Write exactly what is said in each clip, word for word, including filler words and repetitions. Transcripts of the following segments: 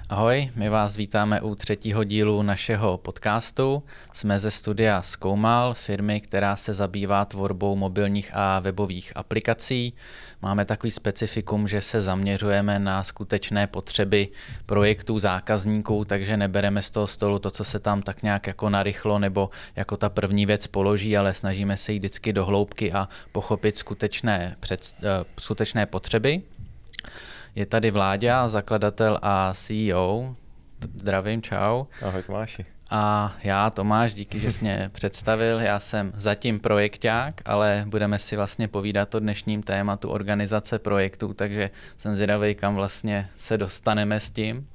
Ahoj, my vás vítáme u třetího dílu našeho podcastu. Jsme ze studia Zkoumal, firmy, která se zabývá tvorbou mobilních a webových aplikací. Máme takový specifikum, že se zaměřujeme na skutečné potřeby projektů zákazníků, takže nebereme z toho stolu to, co se tam tak nějak jako narychlo nebo jako ta první věc položí, ale snažíme se jít vždycky do hloubky a pochopit skutečné, před, skutečné potřeby. Je tady Vláďa, zakladatel a C E O. Zdravím, čau. Ahoj Tomáši. A já, Tomáš, díky, že jsi mě představil. Já jsem zatím projekťák, ale budeme si vlastně povídat o dnešním tématu organizace projektů, takže jsem zvědavý, kam vlastně se dostaneme s tím.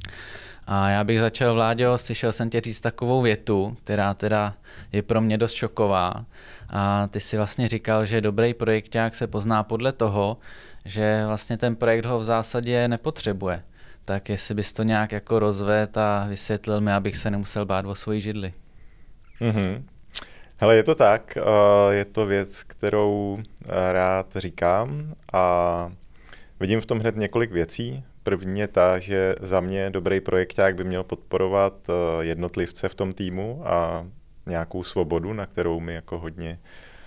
A já bych začal, Vláďo, slyšel jsem tě říct takovou větu, která teda je pro mě dost šoková. A ty si vlastně říkal, že dobrý projekťák se pozná podle toho, že vlastně ten projekt ho v zásadě nepotřebuje. Tak jestli bys to nějak jako rozvedl a vysvětlil mi, abych se nemusel bát o svoji židli. Mm-hmm. Hele, je to tak, je to věc, kterou rád říkám a vidím v tom hned několik věcí. První je ta, že za mě dobrý projekták by měl podporovat jednotlivce v tom týmu a nějakou svobodu, na kterou my jako hodně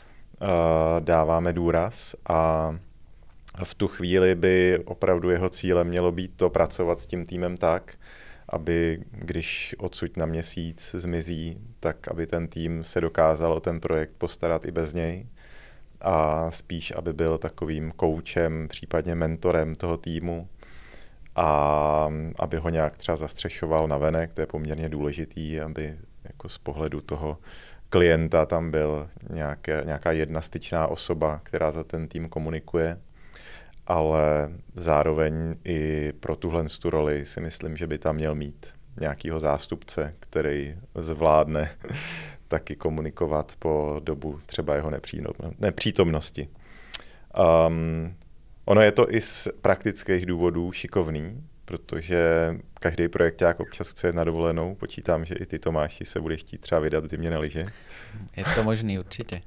dáváme důraz, a v tu chvíli by opravdu jeho cílem mělo být to pracovat s tím týmem tak, aby když odsud na měsíc zmizí, tak aby ten tým se dokázal o ten projekt postarat i bez něj a spíš, aby byl takovým koučem, případně mentorem toho týmu a aby ho nějak třeba zastřešoval navenek, to je poměrně důležitý, aby jako z pohledu toho klienta tam byl nějaké, nějaká jedna styčná osoba, která za ten tým komunikuje. Ale zároveň i pro tuhle tu roli si myslím, že by tam měl mít nějakýho zástupce, který zvládne taky komunikovat po dobu třeba jeho nepřítomnosti. Um, ono je to i z praktických důvodů šikovný, protože každý projekták občas chce na dovolenou. Počítám, že i ty, Tomáši, se budeš chtít třeba vydat v zimě na lyže. Je to možný, určitě.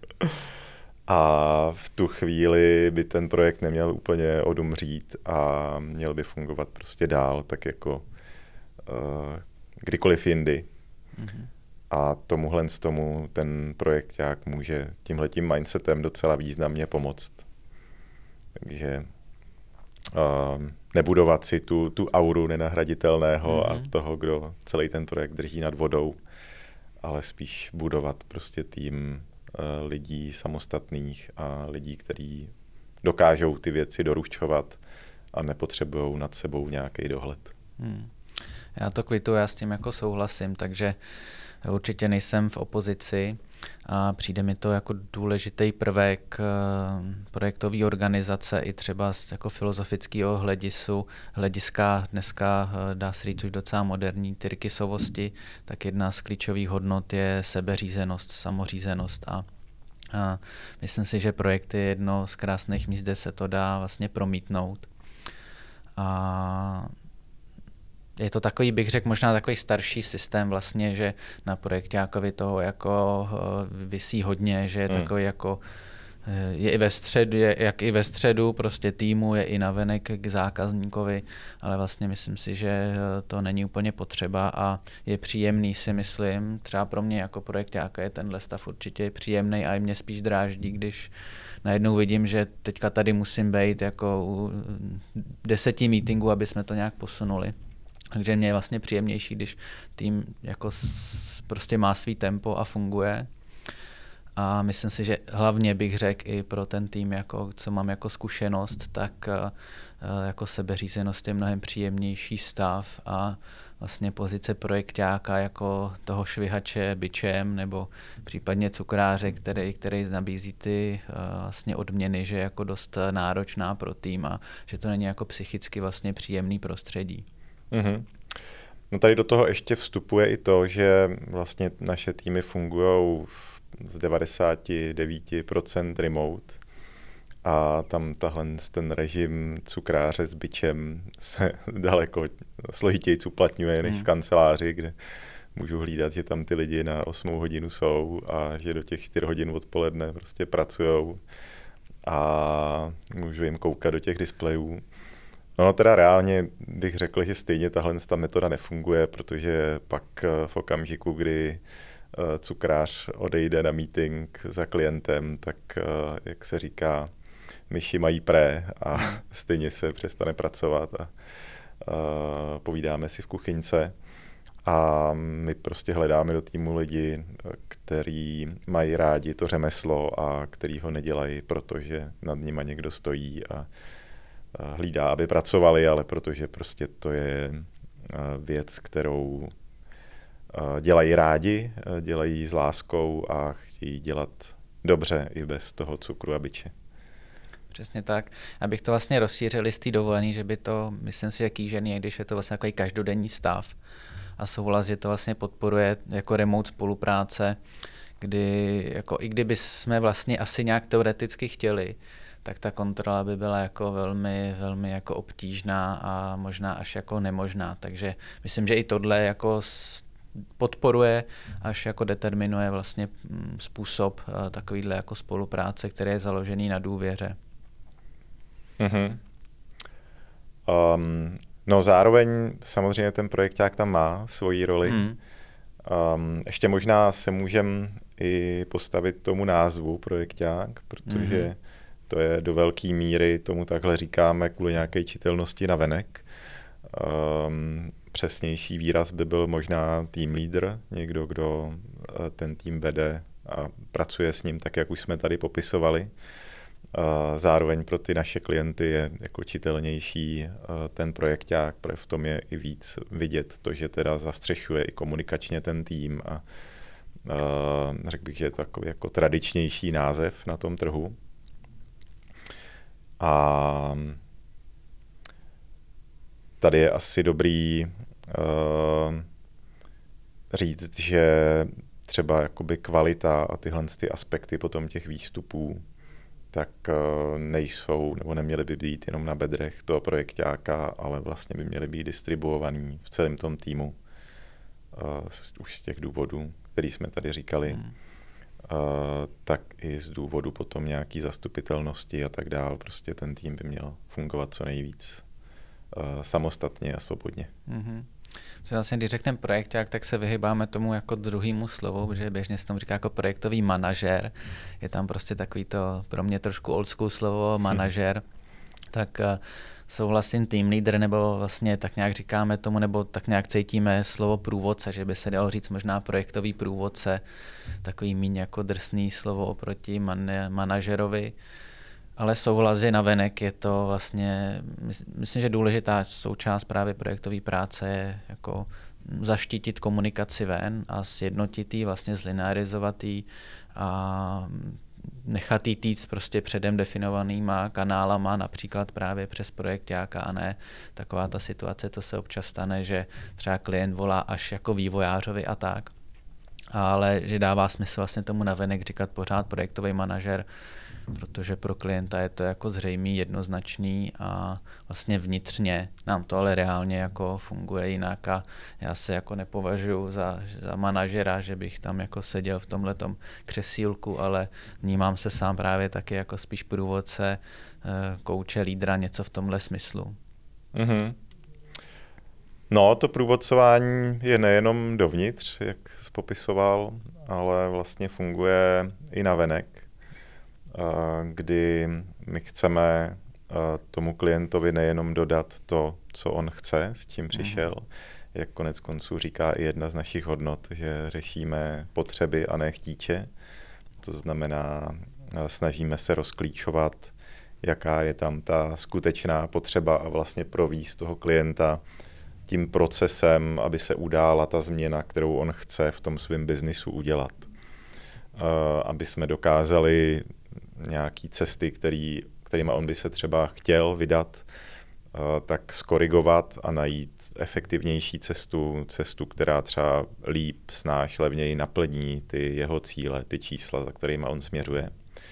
A v tu chvíli by ten projekt neměl úplně odumřít a měl by fungovat prostě dál, tak jako uh, kdykoliv jindy. Mm-hmm. A tomuhle z tomu ten projekták může tímhletím mindsetem docela významně pomoct. Takže uh, nebudovat si tu, tu auru nenahraditelného mm-hmm. a toho, kdo celý ten projekt drží nad vodou, ale spíš budovat prostě tým lidí samostatných a lidí, kteří dokážou ty věci doručovat a nepotřebují nad sebou nějaký dohled. Hmm. Já to kvituju, já s tím jako souhlasím, takže určitě nejsem v opozici a přijde mi to jako důležitý prvek projektové organizace i třeba z jako filozofického hledisu, hlediska dneska dá se říct už docela moderní tyrkysovosti, tak jedna z klíčových hodnot je sebeřízenost, samořízenost a, a myslím si, že projekt je jedno z krásných míst, kde se to dá vlastně promítnout. A je to takový, bych řekl, možná takový starší systém vlastně, že na projektákovi toho jako visí hodně, že je hmm. takový jako, je i ve středu, je, jak i ve středu prostě týmu, je i navenek k zákazníkovi, ale vlastně myslím si, že to není úplně potřeba a je příjemný, si myslím, třeba pro mě jako projektáka je tenhle stav určitě příjemný a i mě spíš dráždí, když najednou vidím, že teďka tady musím být jako u deseti meetingů, aby jsme to nějak posunuli. Takže mě je vlastně příjemnější, když tým jako prostě má svý tempo a funguje. A myslím si, že hlavně bych řekl i pro ten tým, jako, co mám jako zkušenost, tak jako sebeřízenost je mnohem příjemnější stav a vlastně pozice projekťáka jako toho švihače bičem nebo případně cukráře, který, který nabízí ty vlastně odměny, že je jako dost náročná pro tým a že to není jako psychicky vlastně příjemný prostředí. Mm-hmm. No tady do toho ještě vstupuje i to, že vlastně naše týmy fungují z devadesát devět procent remote a tam tahle ten režim cukráře s bičem se daleko složitěji uplatňuje než v kanceláři, kde můžu hlídat, že tam ty lidi na osmou hodinu jsou a že do těch čtyř hodin odpoledne prostě pracujou a můžu jim koukat do těch displejů. No teda reálně bych řekl, že stejně tahle ta metoda nefunguje, protože pak v okamžiku, kdy cukrář odejde na meeting za klientem, tak jak se říká, myši mají pré a stejně se přestane pracovat a, a povídáme si v kuchyňce. A my prostě hledáme do týmu lidi, který mají rádi to řemeslo a který ho nedělají, protože nad nima někdo stojí a hlídá, aby pracovali, ale protože prostě to je věc, kterou dělají rádi, dělají s láskou a chtějí dělat dobře i bez toho cukru a biče. Přesně tak. Abych to vlastně rozšířil z té dovolený, že by to, myslím si, že kýžený, když je to vlastně takový každodenní stav a souhlas, že to vlastně podporuje jako remote spolupráce, kdy jako i kdyby jsme vlastně asi nějak teoreticky chtěli, tak ta kontrola by byla jako velmi, velmi jako obtížná a možná až jako nemožná. Takže myslím, že i tohle jako podporuje, až jako determinuje vlastně způsob takovýhle jako spolupráce, který je založený na důvěře. Mm-hmm. Um, no zároveň samozřejmě ten projekták tam má svoji roli. Mm. Um, ještě možná se můžeme i postavit tomu názvu projekták, protože mm-hmm. to je do velké míry, tomu takhle říkáme, kvůli nějaké čitelnosti navenek. Um, přesnější výraz by byl možná team leader, někdo, kdo ten tým vede a pracuje s ním tak, jak už jsme tady popisovali. Zároveň pro ty naše klienty je jako čitelnější ten projekták, protože v tom je i víc vidět to, že teda zastřešuje i komunikačně ten tým a řekl bych, že je to takový jako tradičnější název na tom trhu. A tady je asi dobrý uh, říct, že třeba jakoby kvalita a tyhle ty aspekty potom těch výstupů tak uh, nejsou nebo neměly by být jenom na bedrech toho projekťáka, ale vlastně by měly být distribuovaný v celém tom týmu. Uh, už z těch důvodů, který jsme tady říkali. Hmm. Uh, tak i z důvodu potom nějaký zastupitelnosti a tak dál. Prostě ten tým by měl fungovat co nejvíc uh, samostatně a svobodně. Mm-hmm. Vlastně, když řekneme projekták, tak se vyhybáme tomu jako druhému slovu, že běžně se tomu říká jako projektový manažer. Je tam prostě takový to pro mě trošku old school slovo manažer. Tak uh, souhlasím team leader, nebo vlastně tak nějak říkáme tomu, nebo tak nějak cítíme slovo průvodce, že by se dalo říct možná projektový průvodce, takový míň jako drsný slovo oproti man- manažerovi. Ale souhlas je navenek, je to vlastně, myslím, že důležitá součást právě projektové práce je jako zaštítit komunikaci ven a sjednotit ji, vlastně zlinearizovat ji a nechat jí týct prostě předem definovanýma kanálama, například právě přes projekťáka a ne taková ta situace, co se občas stane, že třeba klient volá až jako vývojářovi a tak. Ale že dává smysl vlastně tomu navenek říkat pořád projektový manažer, protože pro klienta je to jako zřejmý, jednoznačný a vlastně vnitřně nám to ale reálně jako funguje jinak a já se jako nepovažuji za, za manažera, že bych tam jako seděl v tomhletom křesílku, ale vnímám se sám právě taky jako spíš průvodce, kouče, lídra, něco v tomhle smyslu. Mm-hmm. No, to průvodcování je nejenom dovnitř, jak jsi popisoval, ale vlastně funguje i navenek, kdy my chceme tomu klientovi nejenom dodat to, co on chce, s čím přišel, mm. jak konec konců říká i jedna z našich hodnot, že řešíme potřeby a ne chtíče. To znamená, snažíme se rozklíčovat, jaká je tam ta skutečná potřeba a vlastně provést toho klienta tím procesem, aby se udála ta změna, kterou on chce v tom svém biznisu udělat. Aby jsme dokázali nějaký cesty, který, kterýma on by se třeba chtěl vydat, tak skorigovat a najít efektivnější cestu, cestu, která třeba líp, snáš, levněji naplní ty jeho cíle, ty čísla, za kterýma on směřuje.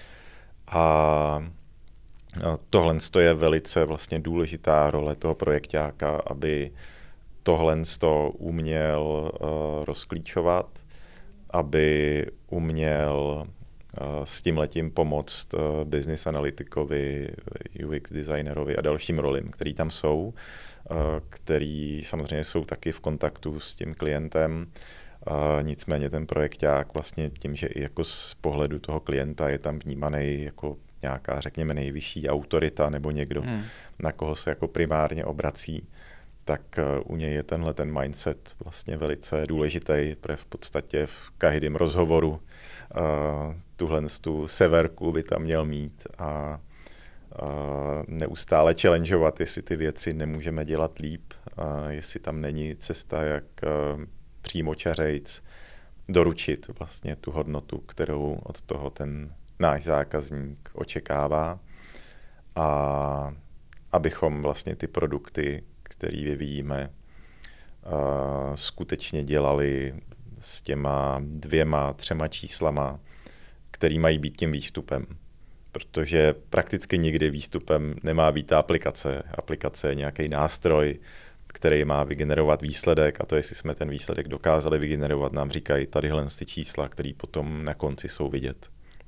A tohle je velice vlastně důležitá role toho projekťáka, aby tohle uměl uh, rozklíčovat, aby uměl s tímhletím pomoct business analytikovi, U X designerovi a dalším rolím, který tam jsou, který samozřejmě jsou taky v kontaktu s tím klientem. Nicméně ten projekták vlastně tím, že i jako z pohledu toho klienta je tam vnímaný jako nějaká, řekněme, nejvyšší autorita nebo někdo, hmm. na koho se jako primárně obrací, tak u něj je tenhle ten mindset vlastně velice důležitý, protože v podstatě v každém rozhovoru uh, tuhle tu severku by tam měl mít a uh, neustále challengeovat, jestli ty věci nemůžeme dělat líp, uh, jestli tam není cesta, jak uh, přímočařejc doručit vlastně tu hodnotu, kterou od toho ten náš zákazník očekává, a abychom vlastně ty produkty, které vyvíjíme, uh, skutečně dělali s těma dvěma, třema číslama, který mají být tím výstupem. Protože prakticky nikdy výstupem nemá být ta aplikace. Aplikace je nějaký nástroj, který má vygenerovat výsledek, a to, jestli jsme ten výsledek dokázali vygenerovat, nám říkají tadyhle ty čísla, které potom na konci jsou vidět.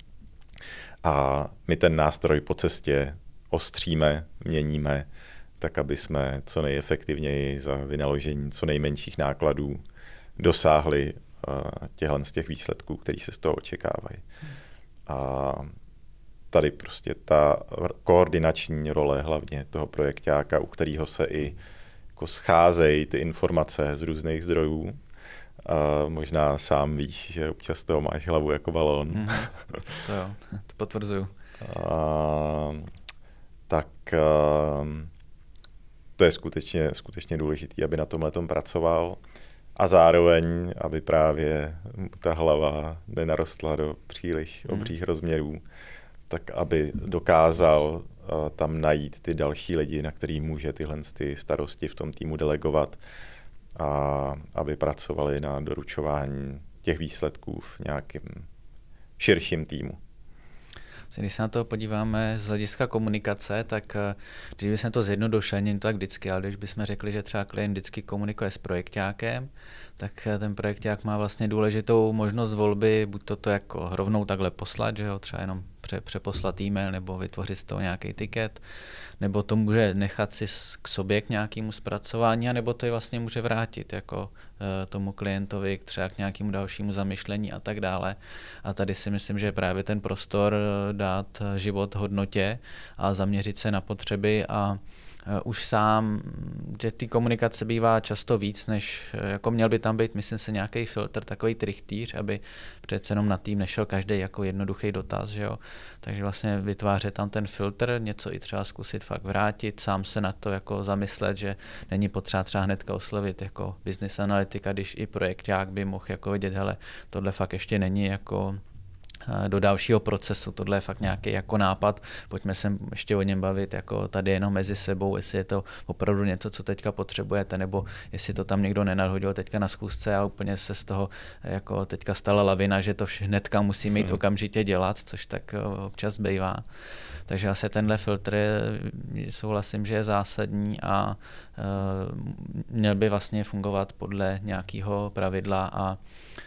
A my ten nástroj po cestě ostříme, měníme, tak aby jsme co nejefektivněji za vynaložení co nejmenších nákladů dosáhli uh, těchhle z těch výsledků, které se z toho očekávají. A tady prostě ta koordinační role hlavně toho projekťáka, u kterého se i jako scházejí ty informace z různých zdrojů. Uh, možná sám víš, že občas toho máš hlavu jako balón. Mm, to jo, to potvrzuju. Uh, tak uh, to je skutečně, skutečně důležité, aby na tomhletom pracoval, a zároveň, aby právě ta hlava nenarostla do příliš obřích mm. rozměrů, tak aby dokázal uh, tam najít ty další lidi, na který může tyhle ty starosti v tom týmu delegovat, a aby pracovali na doručování těch výsledků v nějakém širším týmu. Když se na to podíváme z hlediska komunikace, tak když bychom to zjednodušili, není to tak vždycky, ale když bychom řekli, že třeba klient vždycky komunikuje s projekťákem, tak ten projekťák má vlastně důležitou možnost volby, buď to, to jako rovnou takhle poslat, že ho třeba jenom pře, přeposlat e-mail nebo vytvořit z toho nějaký tiket, nebo to může nechat si k sobě k nějakému zpracování, nebo to je vlastně může vrátit jako e, tomu klientovi třeba k nějakému dalšímu zamyšlení a tak dále. A tady si myslím, že je právě ten prostor dát život hodnotě a zaměřit se na potřeby, a už sám, že ty komunikace bývá často víc, než jako měl by tam být, myslím si, nějaký filtr, takový trichtýř, aby přece jenom na tým nešel každý jako jednoduchý dotaz, že jo. Takže vlastně vytvářet tam ten filtr, něco i třeba zkusit fakt vrátit, sám se na to jako zamyslet, že není potřeba třeba hnedka oslovit jako business analytika, když i projekťák by mohl jako vidět, hele, tohle fakt ještě není jako do dalšího procesu. Tohle je fakt nějaký jako nápad, pojďme se ještě o něm bavit jako tady jenom mezi sebou, jestli je to opravdu něco, co teďka potřebujete, nebo jestli to tam někdo nenadhodil teďka na schůzce a úplně se z toho jako teďka stala lavina, že to hnedka musí mít hmm. okamžitě dělat, což tak občas bývá. Takže asi tenhle filtr souhlasím, že je zásadní, a uh, měl by vlastně fungovat podle nějakého pravidla a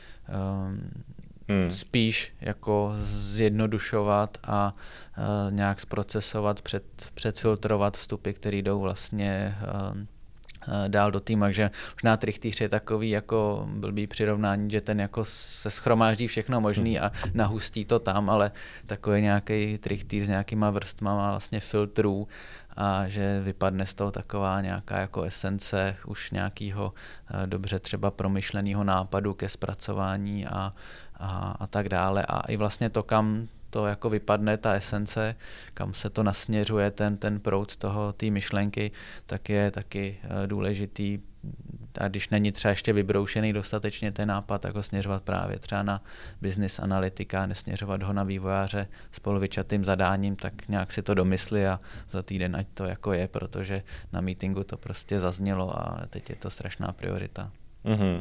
um, Hmm. spíš jako zjednodušovat a uh, nějak zprocesovat, před, předfiltrovat vstupy, které jdou vlastně uh, uh, dál do týmu. Takže možná trichtýř je takový jako blbý přirovnání, že ten jako se schromáždí všechno možný a nahustí to tam, ale takový nějaký trichtýř s nějakýma vrstvama vlastně filtrů, a že vypadne z toho taková nějaká jako esence už nějakého uh, dobře třeba promyšleného nápadu ke zpracování a A, a tak dále. A i vlastně to, kam to jako vypadne, ta esence, kam se to nasměřuje, ten, ten proud toho, té myšlenky, tak je taky důležitý. A když není třeba ještě vybroušený dostatečně ten nápad, tak ho směřovat právě třeba na business analytika, nesměřovat ho na vývojáře s polovičatým zadáním, tak nějak si to domysli a za týden ať to jako je, protože na meetingu to prostě zaznělo a teď je to strašná priorita. Mm-hmm.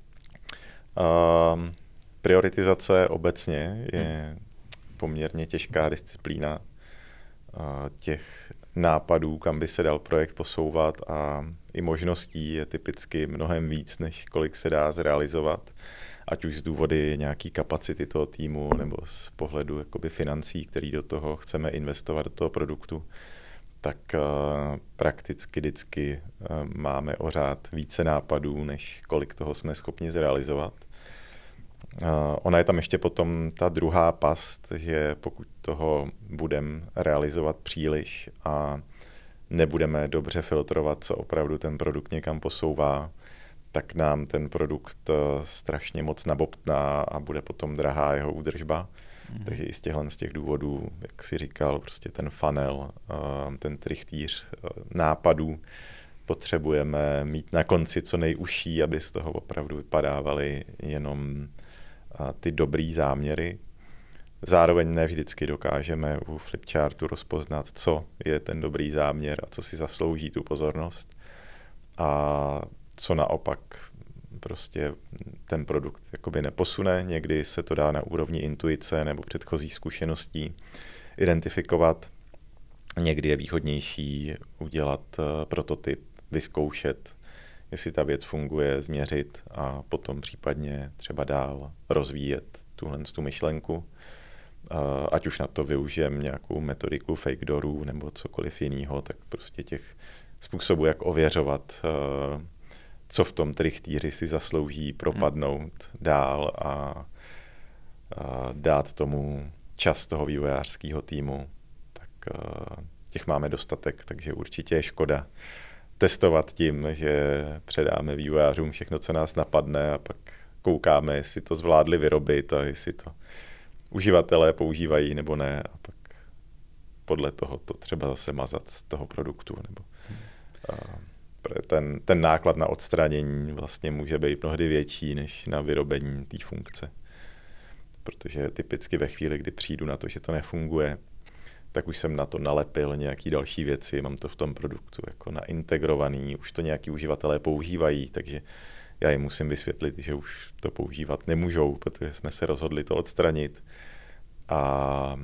Um... Prioritizace obecně je poměrně těžká disciplína těch nápadů, kam by se dal projekt posouvat, a i možností je typicky mnohem víc, než kolik se dá zrealizovat. ať už z důvody nějaký kapacity toho týmu nebo z pohledu jakoby financí, který do toho chceme investovat do toho produktu, tak uh, prakticky vždycky uh, máme o řád více nápadů, než kolik toho jsme schopni zrealizovat. Uh, ona je tam ještě potom ta druhá past, že pokud toho budeme realizovat příliš a nebudeme dobře filtrovat, co opravdu ten produkt někam posouvá, tak nám ten produkt strašně moc nabobtná a bude potom drahá jeho údržba. Mm. Takže i z těchhle z těch důvodů, jak jsi říkal, prostě ten funnel, ten trichtýř nápadů potřebujeme mít na konci co nejužší, aby z toho opravdu vypadávaly jenom ty dobrý záměry. Zároveň ne vždycky dokážeme u flipchartu rozpoznat, co je ten dobrý záměr a co si zaslouží tu pozornost a co naopak prostě ten produkt jakoby neposune. Někdy se to dá na úrovni intuice nebo předchozí zkušeností identifikovat. Někdy je výhodnější udělat prototyp, vyzkoušet, jestli ta věc funguje, změřit a potom případně třeba dál rozvíjet tuhle tu myšlenku. Ať už na to využijem nějakou metodiku fake doorů nebo cokoliv jiného, tak prostě těch způsobů, jak ověřovat, co v tom trichtýři si zaslouží propadnout hmm. dál a, a dát tomu čas toho vývojářského týmu, tak těch máme dostatek, takže určitě je škoda testovat tím, že předáme vývojářům všechno, co nás napadne a pak koukáme, jestli to zvládli vyrobit a jestli to uživatelé používají nebo ne a pak podle toho to třeba zase mazat z toho produktu. Nebo, a ten, ten náklad na odstranění vlastně může být mnohdy větší než na vyrobení té funkce. Protože typicky ve chvíli, kdy přijdu na to, že to nefunguje, tak už jsem na to nalepil nějaké další věci, mám to v tom produktu jako naintegrovaný, už to nějaký uživatelé používají, takže já jim musím vysvětlit, že už to používat nemůžou, protože jsme se rozhodli to odstranit a, a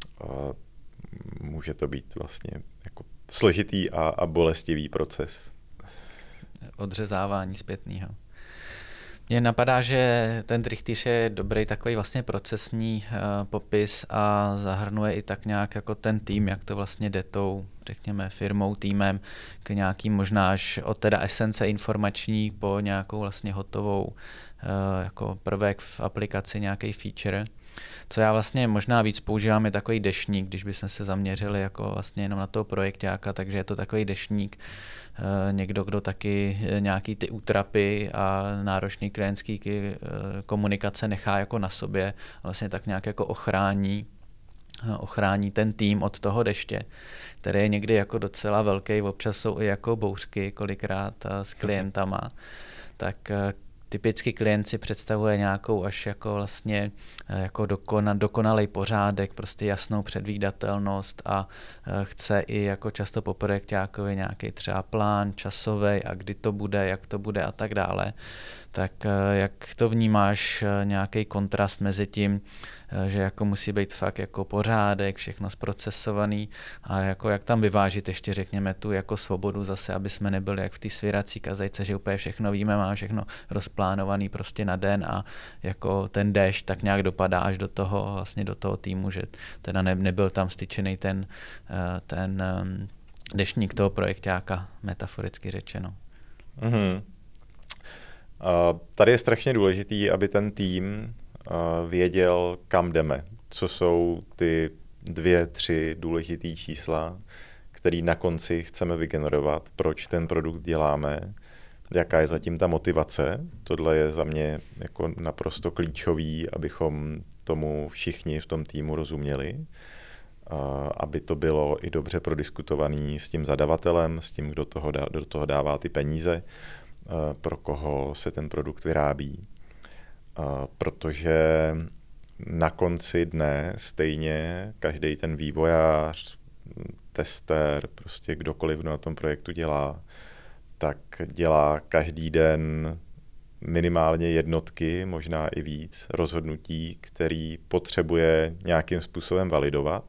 může to být vlastně jako složitý a, a bolestivý proces. Odřezávání zpětného. Mně napadá, že ten trichtýř je dobrý takový vlastně procesní uh, popis a zahrnuje i tak nějak jako ten tým, jak to vlastně jde tou, řekněme, firmou, týmem k nějakým možná až od teda esence informační po nějakou vlastně hotovou uh, jako prvek v aplikaci, nějaký feature. Co já vlastně možná víc používám je takový deštník, když bychom se zaměřili jako vlastně jenom na toho projekťáka, takže je to takový deštník, někdo, kdo taky nějaký ty útrapy a náročný klientský komunikace nechá jako na sobě, vlastně tak nějak jako ochrání, ochrání ten tým od toho deště, který je někdy jako docela velký, občas jsou i jako bouřky kolikrát s klientama, tak typicky klient si představuje nějakou až jako vlastně jako dokona, dokonalý pořádek, prostě jasnou předvídatelnost a chce i jako často po projekťákovi nějaký třeba plán časový a kdy to bude, jak to bude a tak dále. Tak jak to vnímáš, nějaký kontrast mezi tím, že jako musí být fakt jako pořádek, všechno zprocesovaný a jako jak tam vyvážit ještě řekněme tu jako svobodu zase, aby jsme nebyli jak v té svěrací kazajce, že úplně všechno víme, máme všechno rozplánovaný prostě na den a jako ten déšť tak nějak dopadá až do toho vlastně do toho týmu, že teda ne, nebyl tam styčený ten, ten deštník toho projekťáka, metaforicky řečeno. Mm-hmm. Uh, tady je strašně důležitý, aby ten tým uh, věděl, kam jdeme, co jsou ty dvě, tři důležitý čísla, který na konci chceme vygenerovat, proč ten produkt děláme, jaká je zatím ta motivace. Tohle je za mě jako naprosto klíčový, abychom tomu všichni v tom týmu rozuměli, uh, aby to bylo i dobře prodiskutovaný s tím zadavatelem, s tím, kdo toho dá, do toho dává ty peníze, pro koho se ten produkt vyrábí. Protože na konci dne stejně každý ten vývojář, tester, prostě kdokoliv, kdo na tom projektu dělá, tak dělá každý den minimálně jednotky, možná i víc rozhodnutí, který potřebuje nějakým způsobem validovat.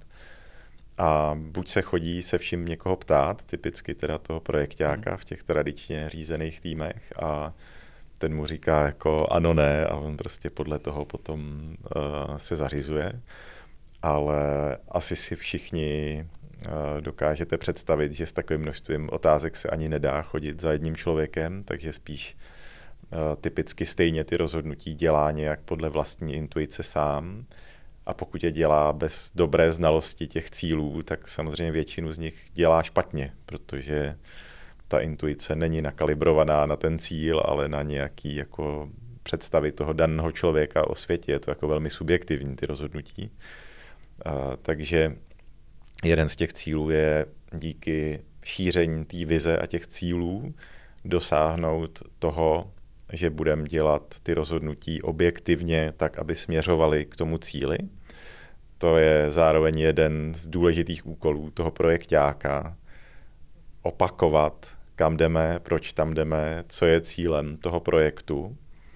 A buď se chodí se vším někoho ptát, typicky teda toho projekťáka v těch tradičně řízených týmech, a ten mu říká jako ano, ne a on prostě podle toho potom uh, se zařizuje. Ale asi si všichni uh, dokážete představit, že s takovým množstvím otázek se ani nedá chodit za jedním člověkem, takže spíš uh, typicky stejně ty rozhodnutí dělá nějak podle vlastní intuice sám. A pokud je dělá bez dobré znalosti těch cílů, tak samozřejmě většinu z nich dělá špatně, protože ta intuice není nakalibrovaná na ten cíl, ale na nějaký jako představy toho daného člověka o světě. Je to jako velmi subjektivní, ty rozhodnutí. A, takže jeden z těch cílů je díky šíření té vize a těch cílů dosáhnout toho, že budeme dělat ty rozhodnutí objektivně tak, aby směřovaly k tomu cíli. To je zároveň jeden z důležitých úkolů toho projekťáka. Opakovat, kam jdeme, proč tam jdeme, co je cílem toho projektu.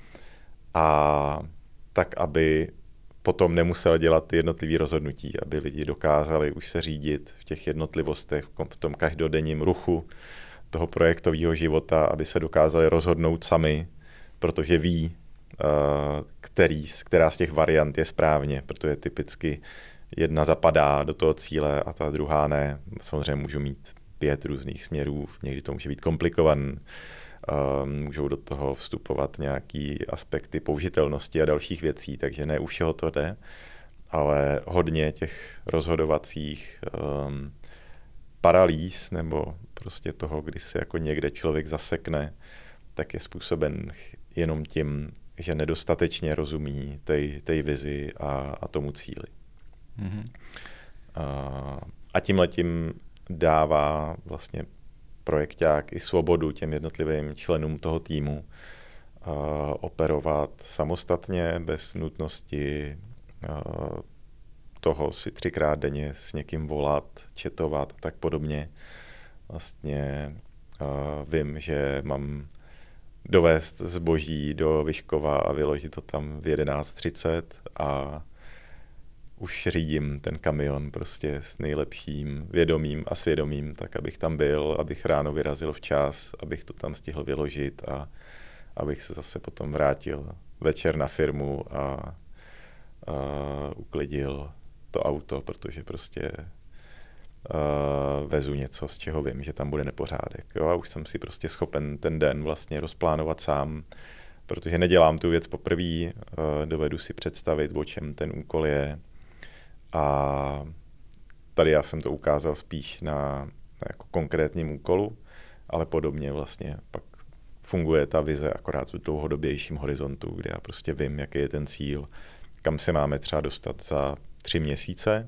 A tak, aby potom nemusel dělat ty jednotlivé rozhodnutí, aby lidi dokázali už se řídit v těch jednotlivostech, v tom každodenním ruchu toho projektového života, aby se dokázali rozhodnout sami, protože ví, který, která z těch variant je správně, protože typicky jedna zapadá do toho cíle a ta druhá ne. Samozřejmě můžu mít pět různých směrů, někdy to může být komplikovaný, můžou do toho vstupovat nějaký aspekty použitelnosti a dalších věcí, takže ne u všeho to jde, ale hodně těch rozhodovacích um, paralýz nebo prostě toho, kdy se jako někde člověk zasekne, tak je způsoben jenom tím, že nedostatečně rozumí té, té vizi a, a tomu cíli. Mm-hmm. A, a tímhletím dává vlastně projekťák i svobodu těm jednotlivým členům toho týmu a, operovat samostatně, bez nutnosti a, toho si třikrát denně s někým volat, chatovat a tak podobně. Vlastně a, vím, že mám dovést zboží do Vyškova a vyložit to tam v jedenáct třicet a už řídím ten kamion prostě s nejlepším vědomím a svědomím, tak abych tam byl, abych ráno vyrazil včas, abych to tam stihl vyložit a abych se zase potom vrátil večer na firmu a, a uklidil to auto, protože prostě Uh, vezu něco, z čeho vím, že tam bude nepořádek. Jo? A už jsem si prostě schopen ten den vlastně rozplánovat sám, protože nedělám tu věc poprvé, uh, dovedu si představit, o čem ten úkol je. A tady já jsem to ukázal spíš na, na jako konkrétním úkolu, ale podobně vlastně pak funguje ta vize akorát v dlouhodobějším horizontu, kde já prostě vím, jaký je ten cíl, kam se máme třeba dostat za tři měsíce,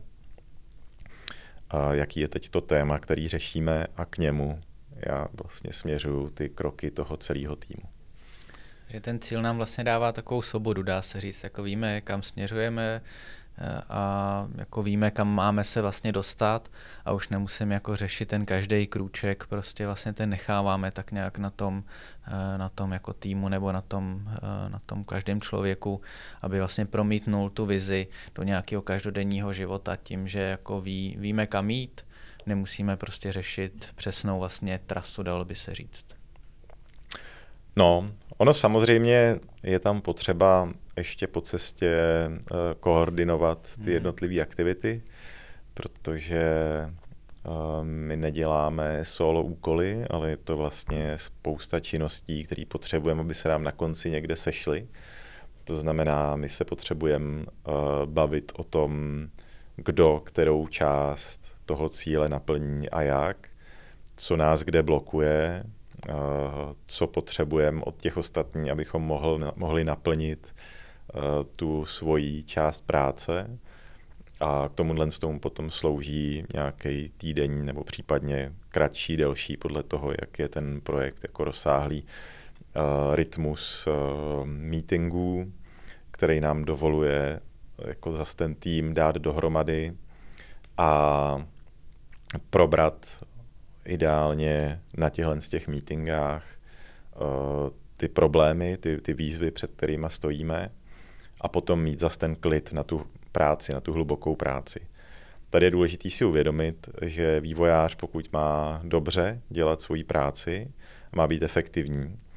a jaký je teď to téma, který řešíme a k němu já vlastně směřuju ty kroky toho celého týmu. Že ten cíl nám vlastně dává takovou svobodu, dá se říct, jako víme, kam směřujeme a jako víme, kam máme se vlastně dostat a už nemusím jako řešit ten každý krůček, prostě vlastně ten necháváme tak nějak na tom, na tom jako týmu nebo na tom, na tom každém člověku, aby vlastně promítnul tu vizi do nějakého každodenního života tím, že jako ví, víme, kam jít, nemusíme prostě řešit přesnou vlastně trasu, dalo by se říct. No, ono samozřejmě je tam potřeba ještě po cestě uh, koordinovat ty jednotlivé aktivity, protože uh, my neděláme solo úkoly, ale je to vlastně spousta činností, které potřebujeme, aby se nám na konci někde sešly. To znamená, my se potřebujeme uh, bavit o tom, kdo kterou část toho cíle naplní a jak, co nás kde blokuje, co potřebujeme od těch ostatních, abychom mohl, mohli naplnit uh, tu svoji část práce. A k tomuhle z tomu potom slouží nějaký týdenní nebo případně kratší, delší, podle toho, jak je ten projekt jako rozsáhlý, uh, rytmus uh, meetingů, který nám dovoluje jako zase ten tým dát dohromady a probrat ideálně na těchhle z těch meetingách uh, ty problémy, ty, ty výzvy, před kterými stojíme a potom mít zase ten klid na tu práci, na tu hlubokou práci. Tady je důležité si uvědomit, že vývojář, pokud má dobře dělat svoji práci, má být efektivní,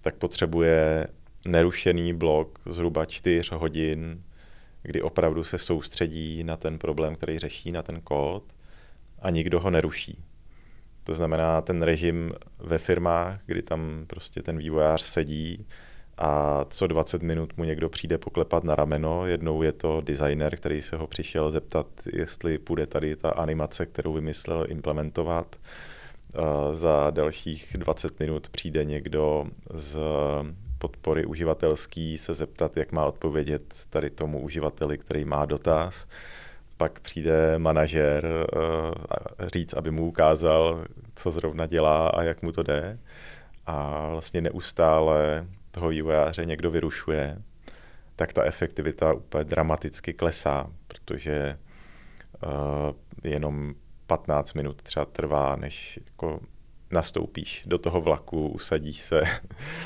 tak potřebuje nerušený blok zhruba čtyř hodin, kdy opravdu se soustředí na ten problém, který řeší, na ten kód a nikdo ho neruší. To znamená ten režim ve firmách, kdy tam prostě ten vývojář sedí a co dvacet minut mu někdo přijde poklepat na rameno. Jednou je to designer, který se ho přišel zeptat, jestli půjde tady ta animace, kterou vymyslel, implementovat. Za dalších dvacet minut přijde někdo z podpory uživatelský se zeptat, jak má odpovědět tady tomu uživateli, který má dotaz. Pak přijde manažer říct, aby mu ukázal, co zrovna dělá a jak mu to jde. A vlastně neustále toho vývojáře někdo vyrušuje, tak ta efektivita úplně dramaticky klesá, protože jenom patnáct minut třeba trvá, než jako nastoupíš do toho vlaku, usadíš se, uh,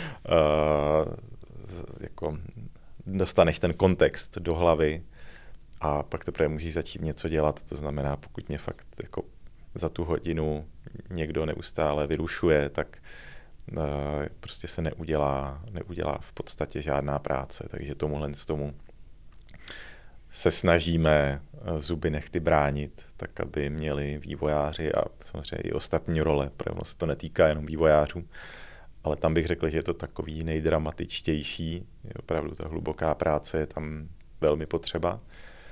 jako dostaneš ten kontext do hlavy a pak teprve můžeš začít něco dělat. To znamená, pokud mě fakt jako za tu hodinu někdo neustále vyrušuje, tak uh, prostě se neudělá, neudělá v podstatě žádná práce. Takže tomuhle z tomu se snažíme zuby nehty bránit, tak aby měli vývojáři a samozřejmě i ostatní role, protože se to netýká jenom vývojářů, ale tam bych řekl, že je to takový nejdramatičtější, je opravdu ta hluboká práce je tam velmi potřeba.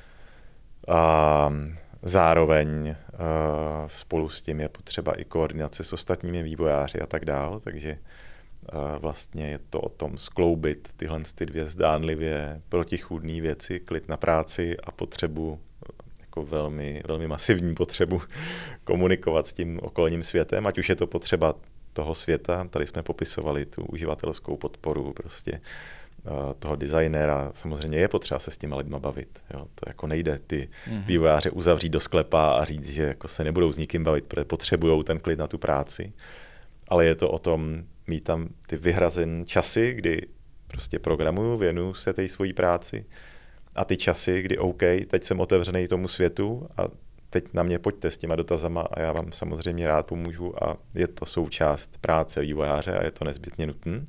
A zároveň spolu s tím je potřeba i koordinace s ostatními vývojáři a tak dál, takže vlastně je to o tom skloubit tyhle ty dvě zdánlivě protichůdné věci, klid na práci a potřebu, jako velmi, velmi masivní potřebu komunikovat s tím okolním světem, ať už je to potřeba toho světa, tady jsme popisovali tu uživatelskou podporu, prostě toho designéra, samozřejmě je potřeba se s těma lidma bavit. Jo? To jako nejde ty mm-hmm. vývojáře uzavřít do sklepa a říct, že jako se nebudou s nikým bavit, protože potřebují ten klid na tu práci, ale je to o tom mít tam ty vyhrazené časy, kdy prostě programuju, věnuju se té svojí práci a ty časy, kdy OK, teď jsem otevřený tomu světu a teď na mě pojďte s těma dotazama a já vám samozřejmě rád pomůžu a je to součást práce vývojáře a je to nezbytně nutné.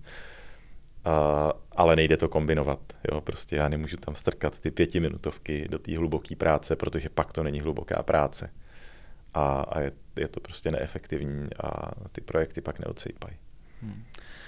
A, ale nejde to kombinovat. Jo? Prostě já nemůžu tam strkat ty pětiminutovky do té hluboké práce, protože pak to není hluboká práce. A, a je, je to prostě neefektivní a ty projekty pak neodsejpají. Hmm.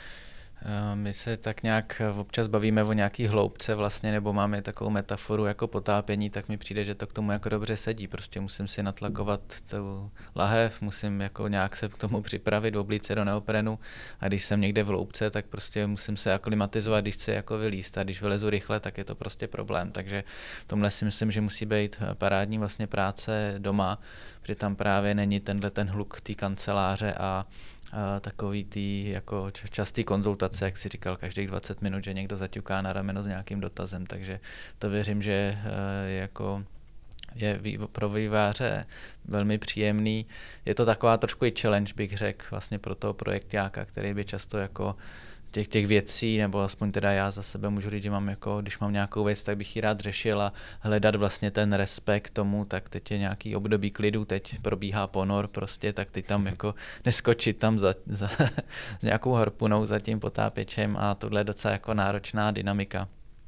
My se tak nějak občas bavíme o nějaký hloubce vlastně, nebo máme takovou metaforu jako potápění, tak mi přijde, že to k tomu jako dobře sedí. Prostě musím si natlakovat tu lahev, musím jako nějak se k tomu připravit, oblíct se do neoprenu a když jsem někde v hloubce, tak prostě musím se aklimatizovat, když chci jako vylízt a když vylezu rychle, tak je to prostě problém. Takže v tomhle si myslím, že musí být parádní vlastně práce doma, protože tam právě není tenhle ten hluk té kanceláře a A takový tý jako častý konzultace, jak si říkal, každých dvacet minut, že někdo zaťuká na rameno s nějakým dotazem, takže to věřím, že je jako je pro vývojáře velmi příjemný. Je to taková trošku i challenge, bych řekl, vlastně pro toho projektáka, který by často jako těch, těch věcí, nebo aspoň teda já za sebe můžu říct, že mám jako, když mám nějakou věc, tak bych ji rád řešil a hledat vlastně ten respekt tomu, tak teď je nějaký období klidu, teď probíhá ponor prostě, tak teď tam jako neskočit tam za, za, s nějakou harpunou za tím potápěčem a tohle je docela jako náročná dynamika.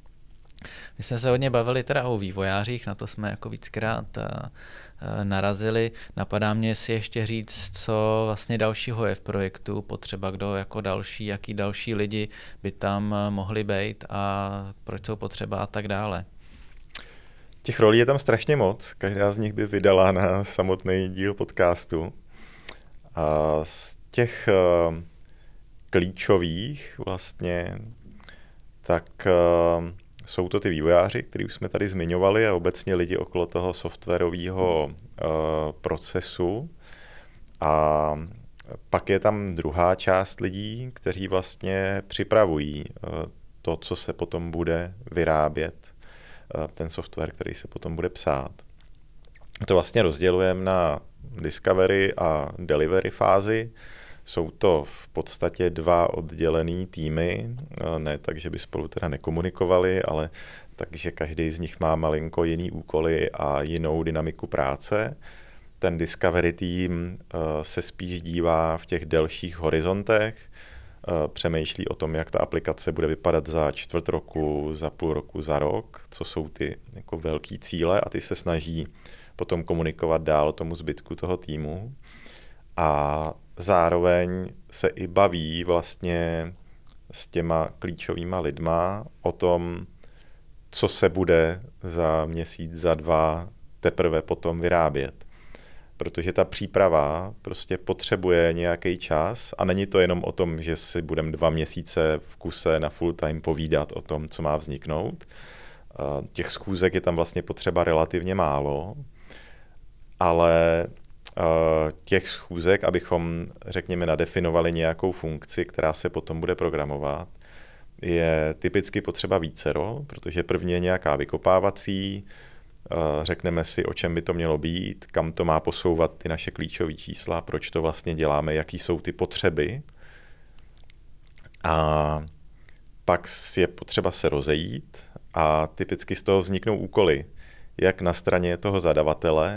My jsme se hodně bavili teda o vývojářích, na to jsme jako víckrát narazili. Napadá mě si ještě říct, co vlastně dalšího je v projektu, potřeba kdo jako další, jaký další lidi by tam mohli být a proč jsou potřeba a tak dále. Těch rolí je tam strašně moc, každá z nich by vydala na samotný díl podcastu. A z těch uh, klíčových vlastně, tak uh, jsou to ty vývojáři, který už jsme tady zmiňovali a obecně lidi okolo toho softwarového uh, procesu. A pak je tam druhá část lidí, kteří vlastně připravují uh, to, co se potom bude vyrábět, uh, ten software, který se potom bude psát. To vlastně rozdělujeme na discovery a delivery fázi. Jsou to v podstatě dva oddělený týmy, ne tak, že by spolu teda nekomunikovali, ale takže každý z nich má malinko jiný úkoly a jinou dynamiku práce. Ten discovery tým se spíš dívá v těch delších horizontech přemýšlí o tom, jak ta aplikace bude vypadat za čtvrt roku, za půl roku, za rok, co jsou ty jako velký cíle a ty se snaží potom komunikovat dál tomu zbytku toho týmu. A zároveň se i baví vlastně s těma klíčovýma lidma o tom, co se bude za měsíc, za dva teprve potom vyrábět. Protože ta příprava prostě potřebuje nějaký čas a není to jenom o tom, že si budeme dva měsíce v kuse na full time povídat o tom, co má vzniknout. Těch schůzek je tam vlastně potřeba relativně málo, ale těch schůzek, abychom, řekněme, nadefinovali nějakou funkci, která se potom bude programovat, je typicky potřeba vícero, protože první je nějaká vykopávací, řekneme si, o čem by to mělo být, kam to má posouvat ty naše klíčové čísla, proč to vlastně děláme, jaký jsou ty potřeby. A pak je potřeba se rozejít a typicky z toho vzniknou úkoly, jak na straně toho zadavatele,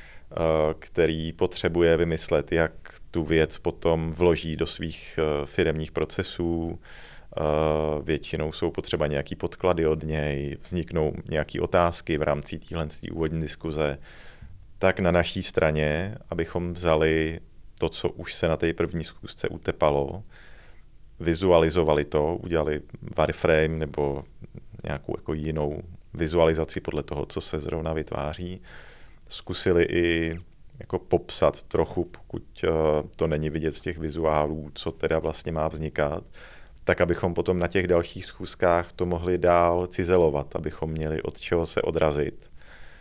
který potřebuje vymyslet, jak tu věc potom vloží do svých firemních procesů. Většinou jsou potřeba nějaký podklady od něj, vzniknou nějaké otázky v rámci téhle úvodní diskuze. Tak na naší straně, abychom vzali to, co už se na té první schůzce utepalo, vizualizovali to, udělali wireframe nebo nějakou jako jinou vizualizaci podle toho, co se zrovna vytváří. Zkusili i jako popsat trochu, pokud to není vidět z těch vizuálů, co teda vlastně má vznikat, tak abychom potom na těch dalších schůzkách to mohli dál cizelovat, abychom měli od čeho se odrazit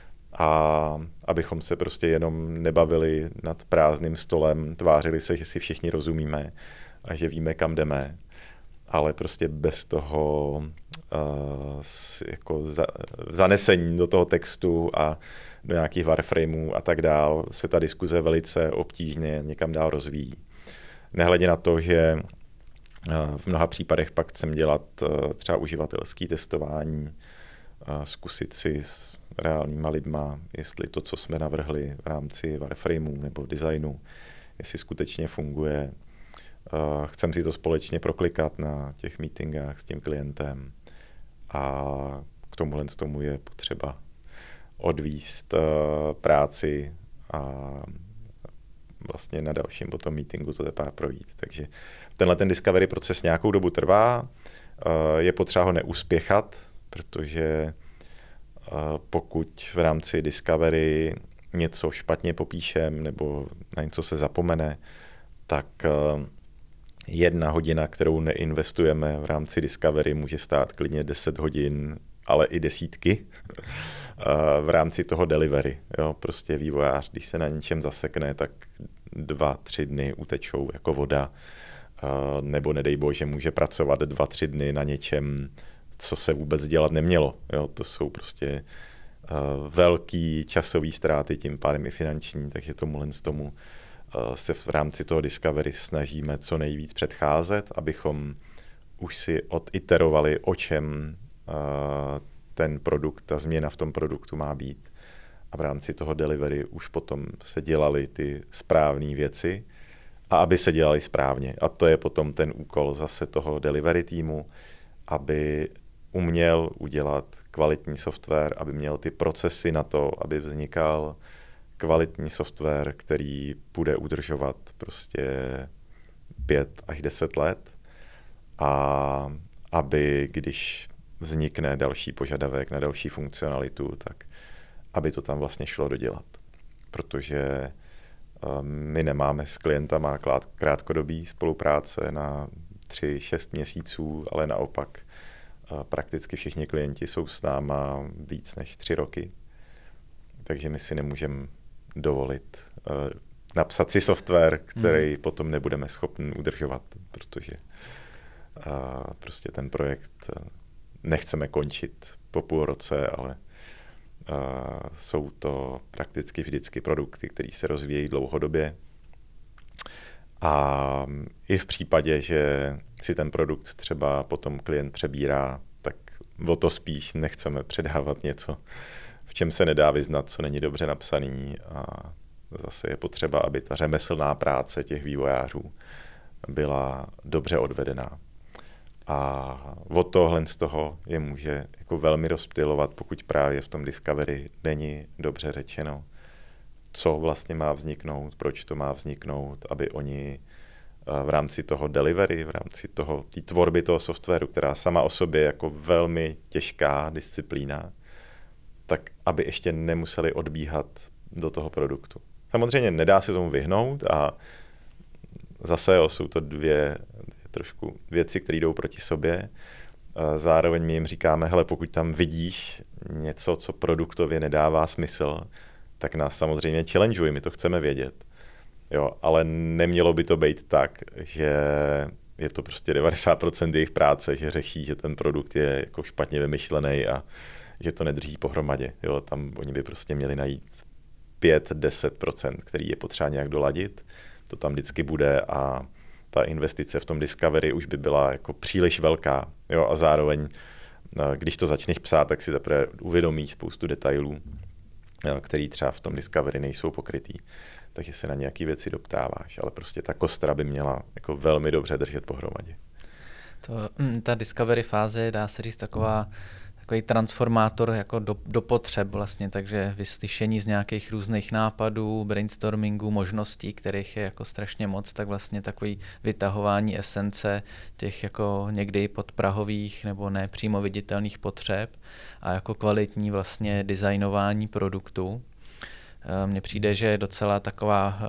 a abychom se prostě jenom nebavili nad prázdným stolem, tvářili se, že si všichni rozumíme a že víme, kam jdeme, ale prostě bez toho uh, jako za, zanesení do toho textu a do nějakých wireframeů a tak dál se ta diskuze velice obtížně někam dál rozvíjí. Nehledě na to, že v mnoha případech pak chcem dělat třeba uživatelské testování, zkusit si s reálnýma lidma, jestli to, co jsme navrhli v rámci wireframeu nebo designu, jestli skutečně funguje. Chcem si to společně proklikat na těch meetingách s tím klientem a k tomuhle z tomu je potřeba odvíst práci a vlastně na dalším potom meetingu to teprve projít. Takže tenhle ten discovery proces nějakou dobu trvá, je potřeba ho neuspěchat, protože pokud v rámci discovery něco špatně popíšem nebo na něco se zapomene, tak jedna hodina, kterou neinvestujeme v rámci discovery, může stát klidně deset hodin, ale i desítky v rámci toho delivery. Jo, prostě vývojář, když se na něčem zasekne, tak dva, tři dny utečou jako voda, nebo nedej bože, může pracovat dva, tři dny na něčem, co se vůbec dělat nemělo. Jo, to jsou prostě velký časový ztráty, tím pádem i finanční, takže tomuhle z tomu se v rámci toho discovery snažíme co nejvíc předcházet, abychom už si oditerovali, o čem ten produkt, ta změna v tom produktu má být. A v rámci toho delivery už potom se dělaly ty správné věci a aby se dělaly správně. A to je potom ten úkol zase toho delivery týmu, aby uměl udělat kvalitní software, aby měl ty procesy na to, aby vznikal kvalitní software, který bude udržovat prostě pět až deset let a aby, když vznikne další požadavek na další funkcionalitu, tak aby to tam vlastně šlo dodělat. Protože my nemáme s klientama krátkodobý spolupráce na tři, šest měsíců, ale naopak prakticky všichni klienti jsou s náma víc než tři roky. Takže my si nemůžeme dovolit napsat si software, který hmm. potom nebudeme schopni udržovat, protože prostě ten projekt nechceme končit po půl roce, ale uh, jsou to prakticky vždycky produkty, které se rozvíjejí dlouhodobě. A i v případě, že si ten produkt třeba potom klient přebírá, tak o to spíš nechceme předávat něco, v čem se nedá vyznat, co není dobře napsaný. A zase je potřeba, aby ta řemeslná práce těch vývojářů byla dobře odvedená. A od tohle z toho je může jako velmi rozptylovat, pokud právě v tom Discovery není dobře řečeno, co vlastně má vzniknout, proč to má vzniknout, aby oni v rámci toho delivery, v rámci toho, té tvorby toho softwaru, která sama o sobě je jako velmi těžká disciplína, tak aby ještě nemuseli odbíhat do toho produktu. Samozřejmě nedá se tomu vyhnout a zase jo, jsou to dvě, dvě trošku věci, které jdou proti sobě. Zároveň my jim říkáme, hele, pokud tam vidíš něco, co produktově nedává smysl, tak nás samozřejmě challengeuj, my to chceme vědět. Jo, ale nemělo by to být tak, že je to prostě devadesát procent jejich práce, že řeší, že ten produkt je jako špatně vymyšlený a že to nedrží pohromadě. Jo, tam oni by prostě měli najít pět až deset procent, který je potřeba nějak doladit. To tam vždycky bude a ta investice v tom Discovery už by byla jako příliš velká. Jo, a zároveň, když to začneš psát, tak si teprve uvědomíš spoustu detailů, který třeba v tom Discovery nejsou pokrytý. Takže se na nějaké věci doptáváš, ale prostě ta kostra by měla jako velmi dobře držet pohromadě. To, ta Discovery fáze je, dá se říct, taková, takový transformátor jako do, do potřeb vlastně, takže vyslyšení z nějakých různých nápadů, brainstormingu, možností, kterých je jako strašně moc, tak vlastně takový vytahování esence těch jako někdy podprahových nebo ne přímo viditelných potřeb a jako kvalitní vlastně designování produktu. Mně přijde, že je docela taková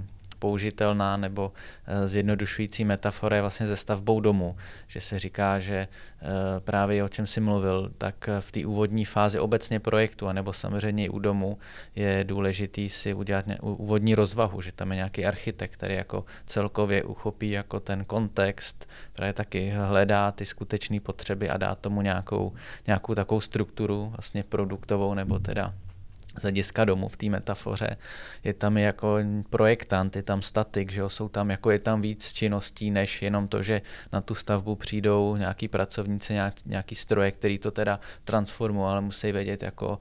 použitelná nebo zjednodušující metafora je vlastně se stavbou domu, že se říká, že právě o čem jsi mluvil, tak v té úvodní fázi obecně projektu, anebo samozřejmě i u domu je důležitý si udělat úvodní rozvahu, že tam je nějaký architekt, který jako celkově uchopí jako ten kontext, právě taky hledá ty skutečné potřeby a dá tomu nějakou, nějakou takovou strukturu vlastně produktovou nebo teda z hlediska domu v té metafoře. Je tam jako projektant, je tam statik, že jo? Jsou tam, jako je tam víc činností, než jenom to, že na tu stavbu přijdou nějaký pracovníci, nějaký stroje, který to teda transformují, ale musí vědět, jako,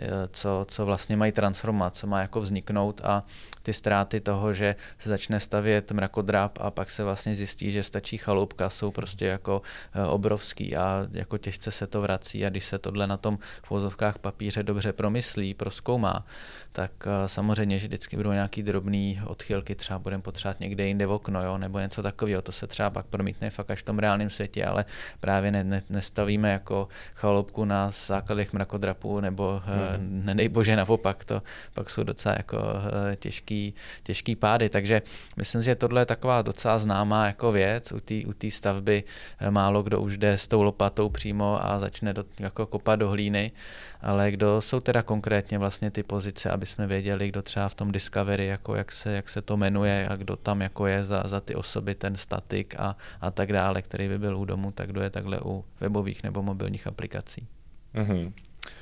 co, co vlastně mají transformovat, co má jako vzniknout a ty ztráty toho, že se začne stavět mrakodrap a pak se vlastně zjistí, že stačí chaloupka, jsou prostě jako obrovský a jako těžce se to vrací a když se tohle na tom v uvozovkách papíře dobře promyslí, prozkoumá, tak samozřejmě, že vždycky budou nějaký drobný odchylky, třeba budeme potřebovat někde jinde v okno, jo, nebo něco takového, to se třeba pak promítne fakt až v tom reálném světě, ale právě ne, ne, nestavíme jako chaloupku na základech mrakodrapu, nebo hmm. nedej bože naopak, to pak jsou docela jako těžký, těžký pády, takže myslím, že tohle je taková docela známá jako věc, u té u té stavby málo kdo už jde s tou lopatou přímo a začne do, jako kopat do hlíny, ale kdo jsou teda konkrétně vlastně ty pozice, aby jsme věděli, kdo třeba v tom Discovery, jako jak se, jak se to jmenuje a kdo tam jako je za, za ty osoby, ten statik a, a tak dále, který by byl u domu, tak kdo je takhle u webových nebo mobilních aplikací. Mm-hmm.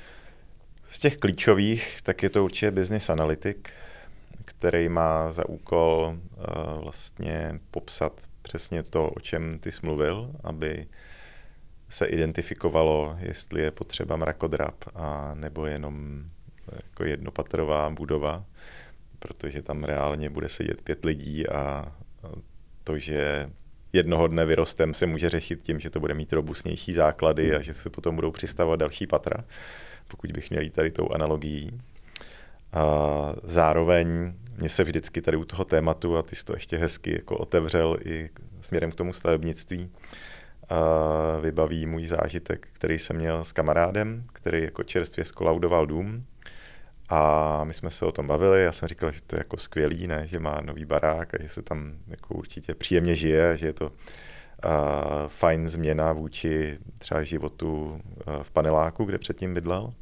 Z těch klíčových, tak je to určitě business analytik, který má za úkol uh, vlastně popsat přesně to, o čem ty jsi mluvil, aby se identifikovalo, jestli je potřeba mrakodrap a nebo jenom jako jednopatrová budova, protože tam reálně bude sedět pět lidí a to, že jednoho dne vyrostem, se může řešit tím, že to bude mít robustnější základy a že se potom budou přistavovat další patra, pokud bych měl jít tady tou analogií. A zároveň mě se vždycky tady u toho tématu, a ty jsi to ještě hezky jako otevřel i směrem k tomu stavebnictví, a vybaví můj zážitek, který jsem měl s kamarádem, který jako čerstvě zkolaudoval dům. A my jsme se o tom bavili, já jsem říkal, že to je jako skvělý, ne? Že má nový barák a že se tam jako určitě příjemně žije, že je to uh, fajn změna vůči třeba životu uh, v paneláku, kde předtím bydlel.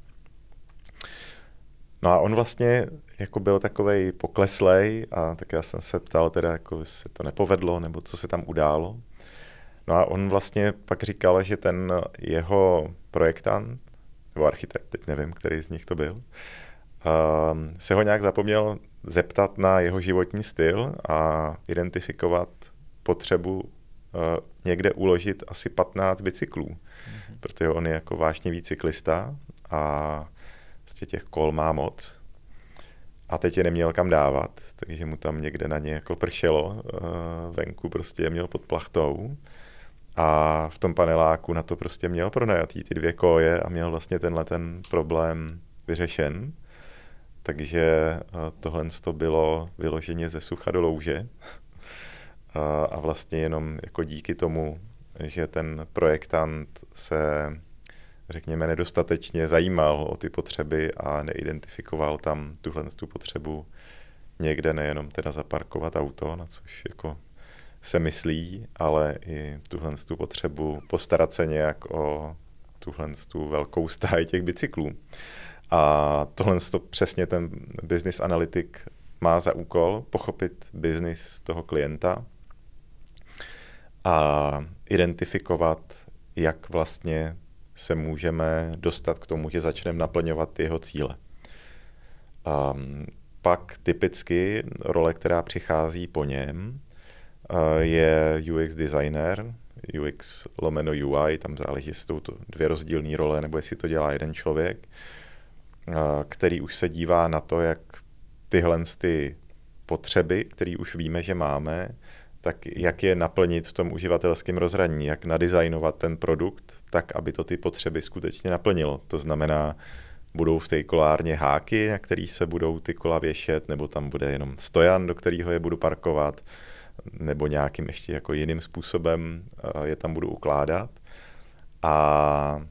No a on vlastně jako byl takovej pokleslej a tak já jsem se ptal teda, jako se to nepovedlo, nebo co se tam událo. No a on vlastně pak říkal, že ten jeho projektant, nebo architekt, teď nevím, který z nich to byl, Uh, se ho nějak zapomněl zeptat na jeho životní styl a identifikovat potřebu uh, někde uložit asi patnáct bicyklů, mm-hmm. protože on je jako vášnivý cyklista a vlastně těch kol má moc. a teď je neměl kam dávat, takže mu tam někde na ně jako pršelo venku, prostě je měl pod plachtou. A v tom paneláku na to prostě měl pronajatý ty dvě koje a měl vlastně tenhle ten problém vyřešen. Takže tohle to bylo vyloženě ze sucha do louže. A vlastně jenom jako díky tomu, že ten projektant se, řekněme, nedostatečně zajímal o ty potřeby a neidentifikoval tam tuhle tu potřebu někde, nejenom teda zaparkovat auto, na což jako se myslí, ale i tuhle tu potřebu postarat se nějak o tuhle tu velkou stáj těch bicyklů. A tohle to přesně ten business analytik má za úkol pochopit business toho klienta a identifikovat, jak vlastně se můžeme dostat k tomu, že začneme naplňovat jeho cíle. A pak typicky role, která přichází po něm, je U X designer, U X lomeno U I, tam záleží, jestli jsou to dvě rozdílné role, nebo jestli to dělá jeden člověk, který už se dívá na to, jak tyhle ty potřeby, které už víme, že máme, tak jak je naplnit v tom uživatelském rozhraní, jak nadizajnovat ten produkt tak, aby to ty potřeby skutečně naplnilo. To znamená, budou v té kolárně háky, na který se budou ty kola věšet, nebo tam bude jenom stojan, do kterého je budu parkovat, nebo nějakým ještě jako jiným způsobem je tam budu ukládat. A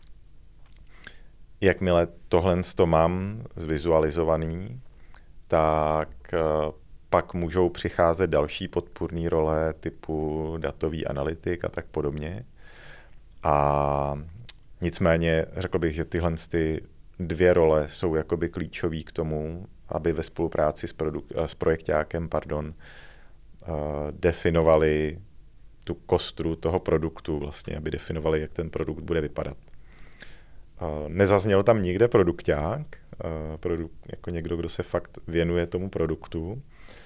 jakmile tohle to mám zvizualizovaný, tak pak můžou přicházet další podpůrné role typu datový analytik a tak podobně. A nicméně řekl bych, že tyhle ty dvě role jsou jakoby klíčové k tomu, aby ve spolupráci s, produk- s projekťákem pardon, definovali tu kostru toho produktu, vlastně, aby definovali, jak ten produkt bude vypadat. Nezazněl tam nikde produkťák, produkt, jako někdo, kdo se fakt věnuje tomu produktu.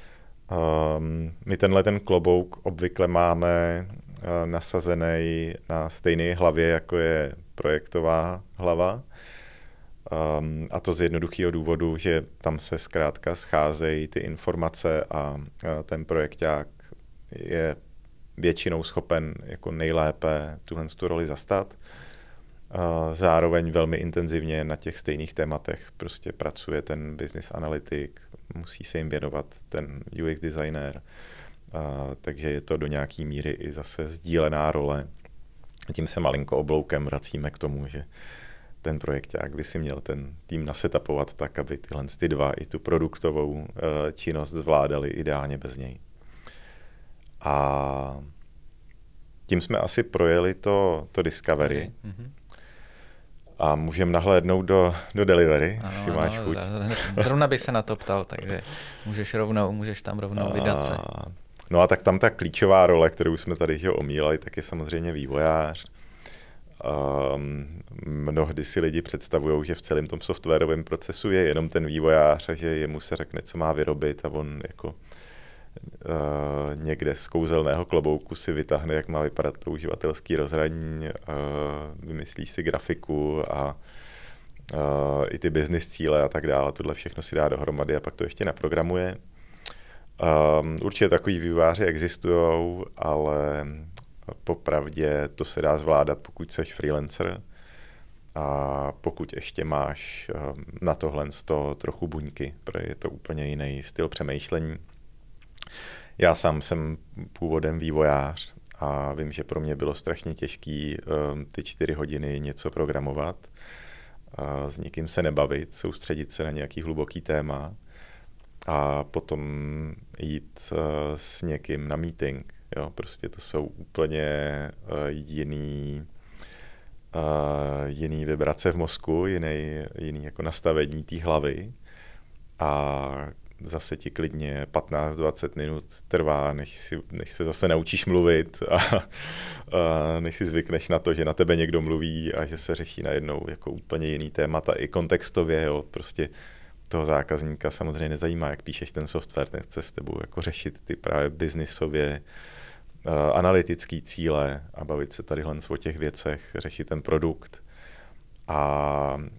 My tenhle ten klobouk obvykle máme nasazený na stejné hlavě, jako je projektová hlava. A to z jednoduchého důvodu, že tam se zkrátka scházejí ty informace a ten projekťák je většinou schopen jako nejlépe tuhle tu roli zastat. Zároveň velmi intenzivně na těch stejných tématech prostě pracuje ten business analytik, musí se jim věnovat ten U X designer, takže je to do nějaký míry i zase sdílená role. Tím se malinko obloukem vracíme k tomu, že ten projekťák by si měl ten tým nasetapovat tak, aby tyhle ty dva i tu produktovou činnost zvládali ideálně bez něj. A tím jsme asi projeli to, to Discovery. Mm-hmm. A můžeme nahlédnout do, do Delivery, ano, jestli ano, máš chuť. Zrovna bych se na to ptal, takže můžeš rovnou, můžeš tam rovnou a, vydat se. No a tak tam ta klíčová role, kterou jsme tady že omílali, tak je samozřejmě vývojář. Um, mnohdy si lidi představují, že v celém tom softwarovém procesu je jenom ten vývojář a že jemu se řekne, co má vyrobit a on jako uh, někde z kouzelného klobouku si vytáhne, jak má vypadat to uživatelský rozhraní, uh, vymyslí si grafiku a uh, i ty business cíle a tak dále. Tohle všechno si dá dohromady a pak to ještě naprogramuje. Um, určitě takový vývojáři existují, ale popravdě to se dá zvládat, pokud jsi freelancer a pokud ještě máš na tohle trochu buňky, protože je to úplně jiný styl přemýšlení. Já sám jsem původem vývojář a vím, že pro mě bylo strašně těžké ty čtyři hodiny něco programovat, s nikým se nebavit, soustředit se na nějaký hluboký téma a potom jít s někým na meeting. Jo, prostě to jsou úplně uh, jiný, uh, jiný vibrace v mozku, jiný, jiný jako nastavení té hlavy a zase ti klidně patnáct dvacet minut trvá, než, si, než se zase naučíš mluvit a, a než si zvykneš na to, že na tebe někdo mluví a že se řeší najednou jako úplně jiný témata i kontextově, jo, prostě toho zákazníka samozřejmě nezajímá, jak píšeš ten software, nechce s tebou jako řešit ty právě biznisově uh, analytický cíle a bavit se tady o těch věcech, řešit ten produkt. A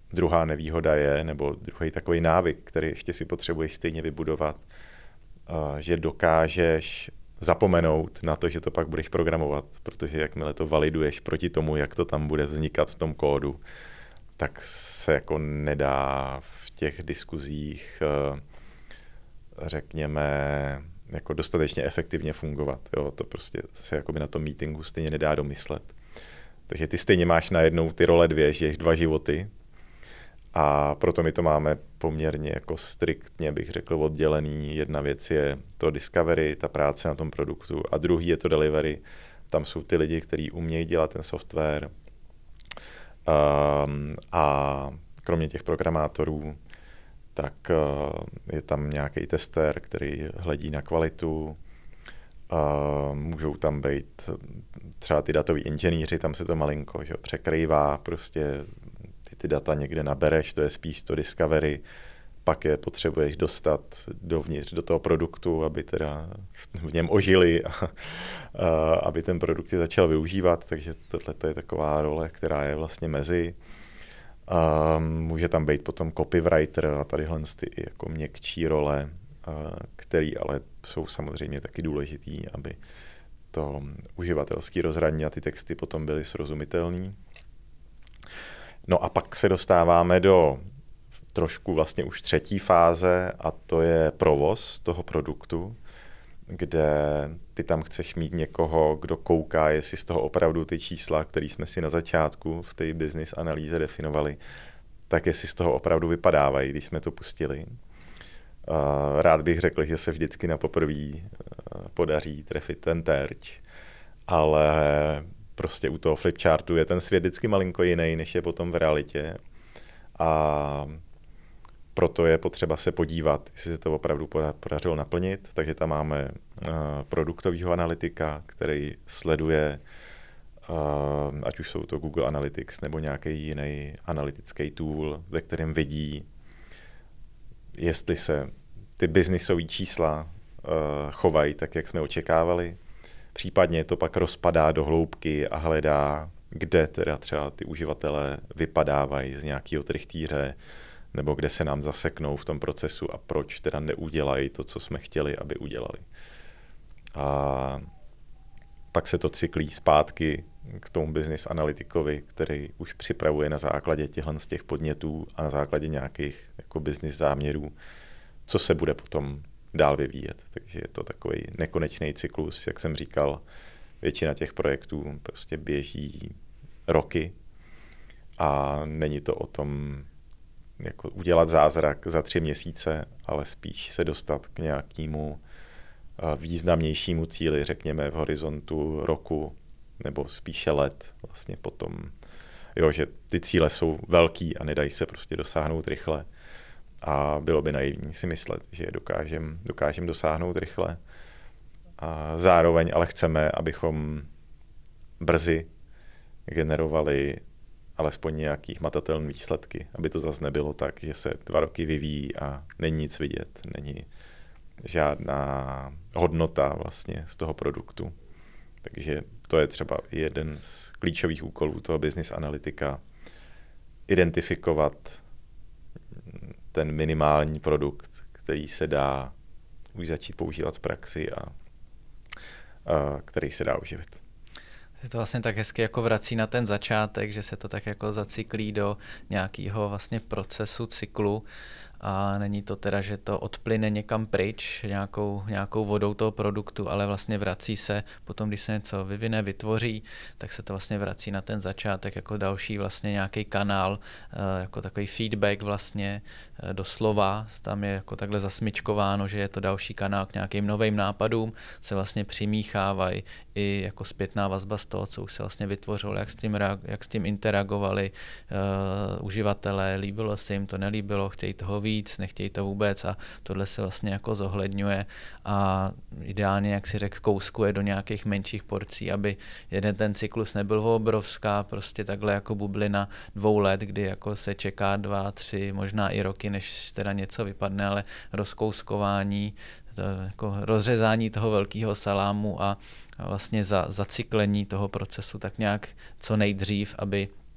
druhá nevýhoda je, nebo druhý takový návyk, který ještě si potřebuješ stejně vybudovat, že dokážeš zapomenout na to, že to pak budeš programovat, protože jakmile to validuješ proti tomu, jak to tam bude vznikat v tom kódu, tak se jako nedá v těch diskuzích, řekněme, jako dostatečně efektivně fungovat. Jo, to prostě se jakoby na tom meetingu stejně nedá domyslet. Takže ty stejně máš najednou ty role dvě, žiješ dva životy a proto my to máme poměrně jako striktně, bych řekl, oddělený. Jedna věc je to discovery, ta práce na tom produktu a druhý je to delivery. Tam jsou ty lidi, kteří umějí dělat ten software um, a kromě těch programátorů tak uh, je tam nějaký tester, který hledí na kvalitu. Uh, můžou tam být třeba ty datoví inženýři, tam se to malinko že, překrývá, prostě ty, ty data někde nabereš, to je spíš to discovery, pak je potřebuješ dostat dovnitř do toho produktu, aby teda v něm ožili a, a aby ten produkt je začal využívat, takže tohle je taková role, která je vlastně mezi. Um, může tam být potom copywriter a tadyhle ty jako měkčí role, uh, který ale jsou samozřejmě taky důležitý, aby to uživatelský rozhraní a ty texty potom byly srozumitelný. No a pak se dostáváme do trošku vlastně už třetí fáze a to je provoz toho produktu, kde ty tam chceš mít někoho, kdo kouká, jestli z toho opravdu ty čísla, které jsme si na začátku v té business analýze definovali, tak jestli z toho opravdu vypadávají, když jsme to pustili. Rád bych řekl, že se vždycky na poprví podaří trefit ten terč, ale prostě u toho flipchartu je ten svět vždycky malinko jiný, než je potom v realitě. A proto je potřeba se podívat, jestli se to opravdu podařilo naplnit. Takže tam máme uh, produktového analytika, který sleduje, uh, ať už jsou to Google Analytics nebo nějaký jiný analytický tool, ve kterém vidí, jestli se ty biznisové čísla uh, chovají tak, jak jsme očekávali. Případně to pak rozpadá do hloubky a hledá, kde teda třeba ty uživatelé vypadávají z nějakého trichtýře, nebo kde se nám zaseknou v tom procesu a proč teda neudělají to, co jsme chtěli, aby udělali. A pak se to cyklí zpátky k tomu business analytikovi, který už připravuje na základě těchto z těch podnětů a na základě nějakých jako business záměrů, co se bude potom dál vyvíjet. Takže je to takový nekonečný cyklus, jak jsem říkal, většina těch projektů prostě běží roky a není to o tom jako udělat zázrak za tři měsíce, ale spíš se dostat k nějakému významnějšímu cíli, řekněme v horizontu roku nebo spíše let vlastně potom. Jo, že ty cíle jsou velký a nedají se prostě dosáhnout rychle a bylo by naivní si myslet, že je dokážem, dokážem dosáhnout rychle. A zároveň ale chceme, abychom brzy generovali alespoň nějaký hmatatelné výsledky, aby to zase nebylo tak, že se dva roky vyvíjí a není nic vidět, není žádná hodnota vlastně z toho produktu. Takže to je třeba jeden z klíčových úkolů toho business analytika, identifikovat ten minimální produkt, který se dá už začít používat v praxi a, a který se dá uživit. Se to vlastně tak hezky jako vrací na ten začátek, že se to tak jako zacyklí do nějakého vlastně procesu, cyklu a není to teda, že to odplyne někam pryč nějakou, nějakou vodou toho produktu, ale vlastně vrací se potom, když se něco vyvine, vytvoří, tak se to vlastně vrací na ten začátek jako další vlastně nějaký kanál, jako takový feedback vlastně doslova, tam je jako takhle zasmyčkováno, že je to další kanál k nějakým novým nápadům, se vlastně přimíchávají i jako zpětná vazba z toho, co už se vlastně vytvořilo, jak s tím, jak s tím interagovali uh, uživatelé, líbilo se jim to, nelíbilo, chtějí toho víc, nechtějí to vůbec a tohle se vlastně jako zohledňuje a ideálně, jak si řekl, kouskuje do nějakých menších porcí, aby jeden ten cyklus nebyl obrovská, prostě takhle jako bublina dvou let, kdy jako se čeká dva, tři, možná i roky, než teda něco vypadne, ale rozkouskování, to jako rozřezání toho velkého salámu a vlastně za, zacyklení toho procesu tak nějak co nejdřív, aby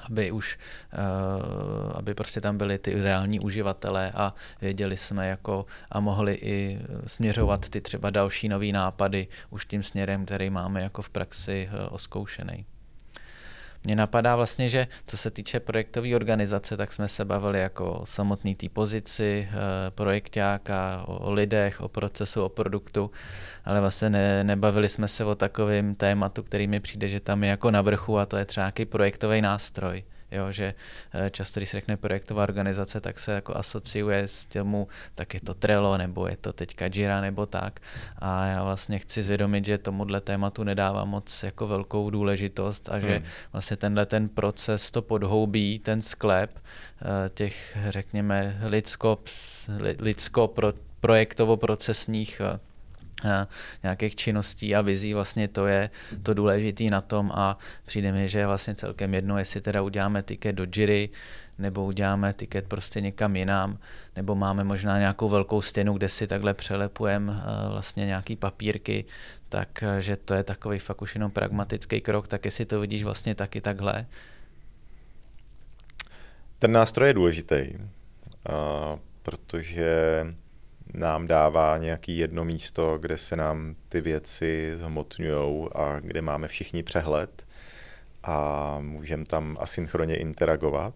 aby už, uh, aby prostě tam byli ty reální uživatelé a věděli jsme jako a mohli i směřovat ty třeba další nový nápady už tím směrem, který máme jako v praxi uh, oskoušený. Mně napadá vlastně, že co se týče projektové organizace, tak jsme se bavili jako o samotné té pozici projekťáka, o lidech, o procesu, o produktu, ale vlastně ne, nebavili jsme se o takovém tématu, který mi přijde, že tam je jako na vrchu, a to je třeba nějaký projektový nástroj. Jo, že často, když se řekne projektová organizace, tak se jako asociuje s těmu, tak je to Trello, nebo je to teďka Jira, nebo tak. A já vlastně chci zvědomit, že tomuhle tématu nedává moc jako velkou důležitost a že hmm. vlastně tenhle ten proces, to podhoubí, ten sklep těch, řekněme, lidsko, lidsko pro, projektovo-procesních nějakých činností a vizí, vlastně to je to důležité na tom a přijde mi, že je vlastně celkem jedno, jestli teda uděláme tiket do Jiry, nebo uděláme tiket prostě někam jinam, nebo máme možná nějakou velkou stěnu, kde si takhle přelepujeme vlastně nějaký papírky, takže to je takový fakt už jenom pragmatický krok, tak jestli to vidíš vlastně taky takhle. Ten nástroj je důležitý, protože nám dává nějaký jedno místo, kde se nám ty věci zhmotňujou a kde máme všichni přehled a můžeme tam asynchronně interagovat.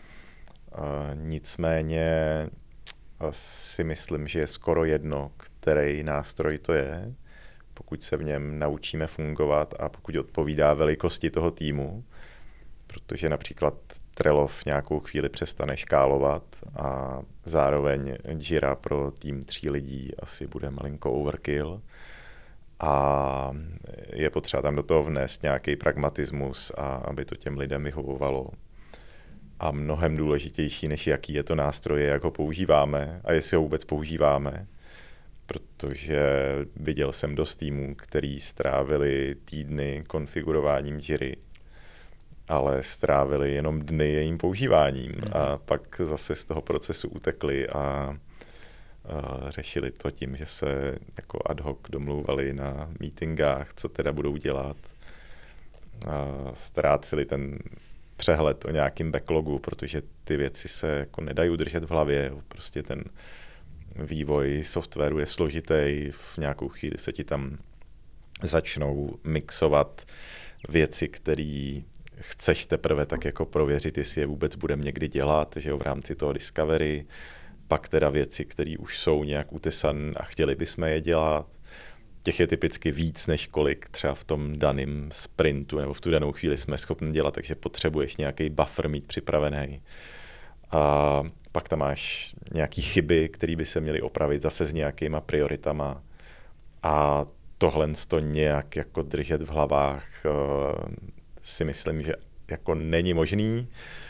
Nicméně si myslím, že je skoro jedno, který nástroj to je, pokud se v něm naučíme fungovat a pokud odpovídá velikosti toho týmu, protože například Trello v nějakou chvíli přestane škálovat a zároveň Jira pro tým tří lidí asi bude malinko overkill a je potřeba tam do toho vnést nějaký pragmatismus, a aby to těm lidem vyhovovalo. A mnohem důležitější, než jaký je to nástroj, je, jak ho používáme a jestli ho vůbec používáme, protože viděl jsem dost týmů, který strávili týdny konfigurováním Jiry, ale strávili jenom dny jejím používáním a pak zase z toho procesu utekli a, a řešili to tím, že se jako ad hoc domlouvali na meetingách, co teda budou dělat. A ztrácili ten přehled o nějakým backlogu, protože ty věci se jako nedají udržet v hlavě. Prostě ten vývoj softwaru je složitý, v nějakou chvíli se ti tam začnou mixovat věci, které chceš teprve tak jako prověřit, jestli je vůbec budeme někdy dělat, že jo, v rámci toho discovery, pak teda věci, které už jsou nějak utesané a chtěli bychom je dělat. Těch je typicky víc, než kolik třeba v tom daném sprintu nebo v tu danou chvíli jsme schopni dělat, takže potřebuješ nějaký buffer mít připravený. A pak tam máš nějaký chyby, které by se měly opravit zase s nějakýma prioritama. A tohle to nějak jako držet v hlavách si myslím, že jako není možný.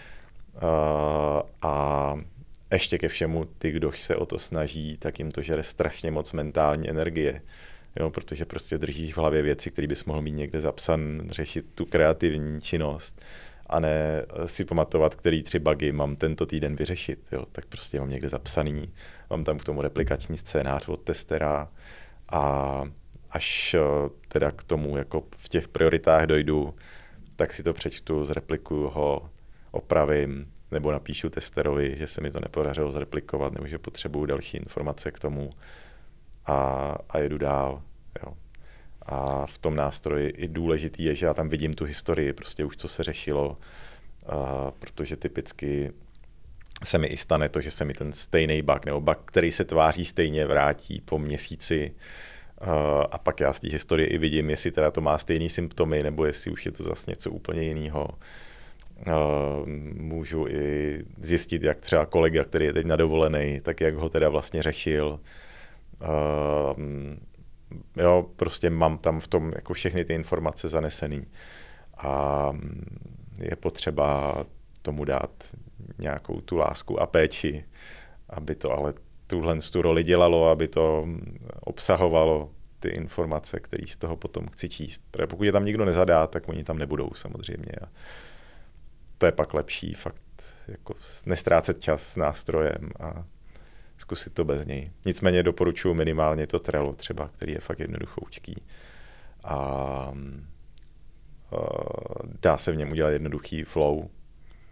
A ještě ke všemu ty, kdo se o to snaží, tak jim to žere strašně moc mentální energie. Jo, protože prostě držíš v hlavě věci, které bys mohl mít někde zapsan, řešit tu kreativní činnost a ne si pamatovat, který tři bugy mám tento týden vyřešit. Jo, tak prostě mám někde zapsaný, mám tam k tomu replikační scénář od testera a až teda k tomu jako v těch prioritách dojdu, tak si to přečtu, zreplikuju ho, opravím, nebo napíšu testerovi, že se mi to nepodařilo zreplikovat, nebo že potřebuju další informace k tomu a, a jedu dál. Jo. A v tom nástroji i důležitý je, že já tam vidím tu historii, prostě už co se řešilo, a, protože typicky se mi i stane to, že se mi ten stejný bug, nebo bug, který se tváří stejně, vrátí po měsíci. Uh, a pak já z té historie i vidím, jestli teda to má stejný symptomy, nebo jestli už je to zase něco úplně jiného. Uh, můžu i zjistit, jak třeba kolega, který je teď na dovolený, tak jak ho teda vlastně řešil. Uh, jo, prostě mám tam v tom jako všechny ty informace zanesený. A je potřeba tomu dát nějakou tu lásku a péči, aby to ale tuhle tu roli dělalo, aby to obsahovalo ty informace, které z toho potom chci číst. Protože pokud je tam nikdo nezadá, tak oni tam nebudou samozřejmě. A to je pak lepší fakt jako nestrácet čas s nástrojem a zkusit to bez něj. Nicméně doporučuji minimálně to Trello třeba, který je fakt jednoduchoučký. A dá se v něm udělat jednoduchý flow.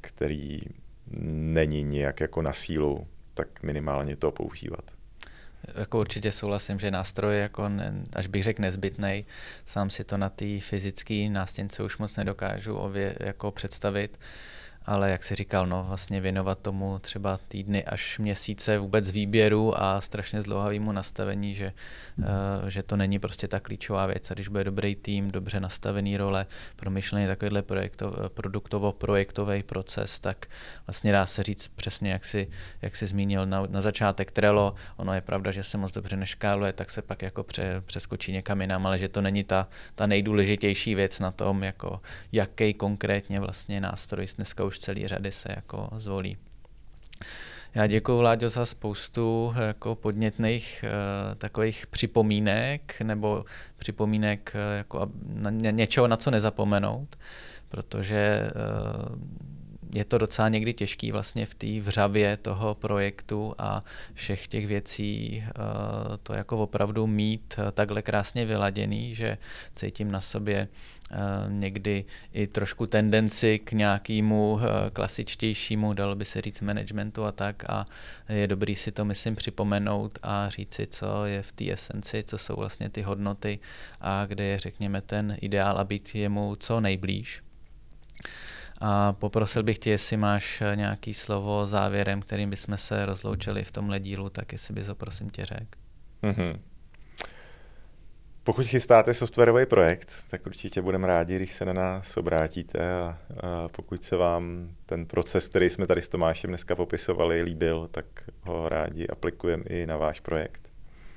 který není nijak jako na sílu, tak minimálně to používat. Jako určitě souhlasím, že nástroj je jako, ne, až bych řekl, nezbytnej. Sám si to na té fyzické nástěnce už moc nedokážu ově, jako představit. Ale jak jsi říkal, no, vlastně věnovat tomu třeba týdny až měsíce vůbec výběru a strašně zdlouhavému nastavení, že, uh, že to není prostě ta klíčová věc. A když bude dobrý tým, dobře nastavený role, promyšlený takovýhle projekto, produktovo-projektový proces, tak vlastně dá se říct přesně, jak jsi, jak jsi zmínil na, na začátek Trello. Ono je pravda, že se moc dobře neškáluje, tak se pak jako pře, přeskočí někam jinam, ale že to není ta, ta nejdůležitější věc na tom, jako jaký konkrétně vlastně nástroj dneska už celý řady se jako zvolí. Já děkuji, Láďo, za spoustu jako podnětných uh, takových připomínek nebo připomínek uh, jako na něčeho, na co nezapomenout, protože uh, je to docela někdy těžký vlastně v té vřavě toho projektu a všech těch věcí uh, to jako opravdu mít uh, takhle krásně vyladěný, že cítím na sobě Uh, někdy i trošku tendenci k nějakému uh, klasičtějšímu, dalo by se říct, managementu a tak a je dobrý si to, myslím, připomenout a říci, co je v té esenci, co jsou vlastně ty hodnoty a kde je, řekněme, ten ideál a být jemu co nejblíž. A poprosil bych tě, jestli máš nějaký slovo závěrem, kterým bychom se rozloučili v tomhle dílu, tak jestli bys ho, prosím tě, řekl. Mm-hmm. Pokud chystáte softwarový projekt, tak určitě budeme rádi, když se na nás obrátíte a, a pokud se vám ten proces, který jsme tady s Tomášem dneska popisovali, líbil, tak ho rádi aplikujeme i na váš projekt.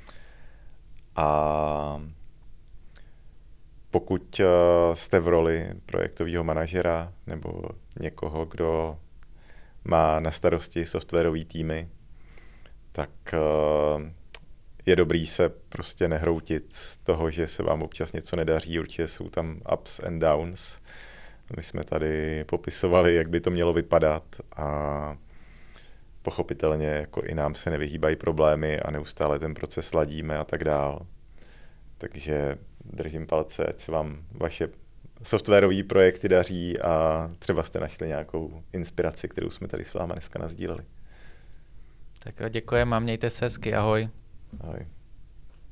A pokud jste v roli projektového manažera nebo někoho, kdo má na starosti softwarové týmy, tak je dobrý se prostě nehroutit z toho, že se vám občas něco nedaří, určitě jsou tam ups and downs. My jsme tady popisovali, jak by to mělo vypadat a pochopitelně jako i nám se nevyhýbají problémy a neustále ten proces ladíme a tak dál. Takže držím palce, ať se vám vaše softwarové projekty daří a třeba jste našli nějakou inspiraci, kterou jsme tady s váma dneska nasdíleli. Tak jo, děkujeme a mějte se hezky, ahoj. Ahoj.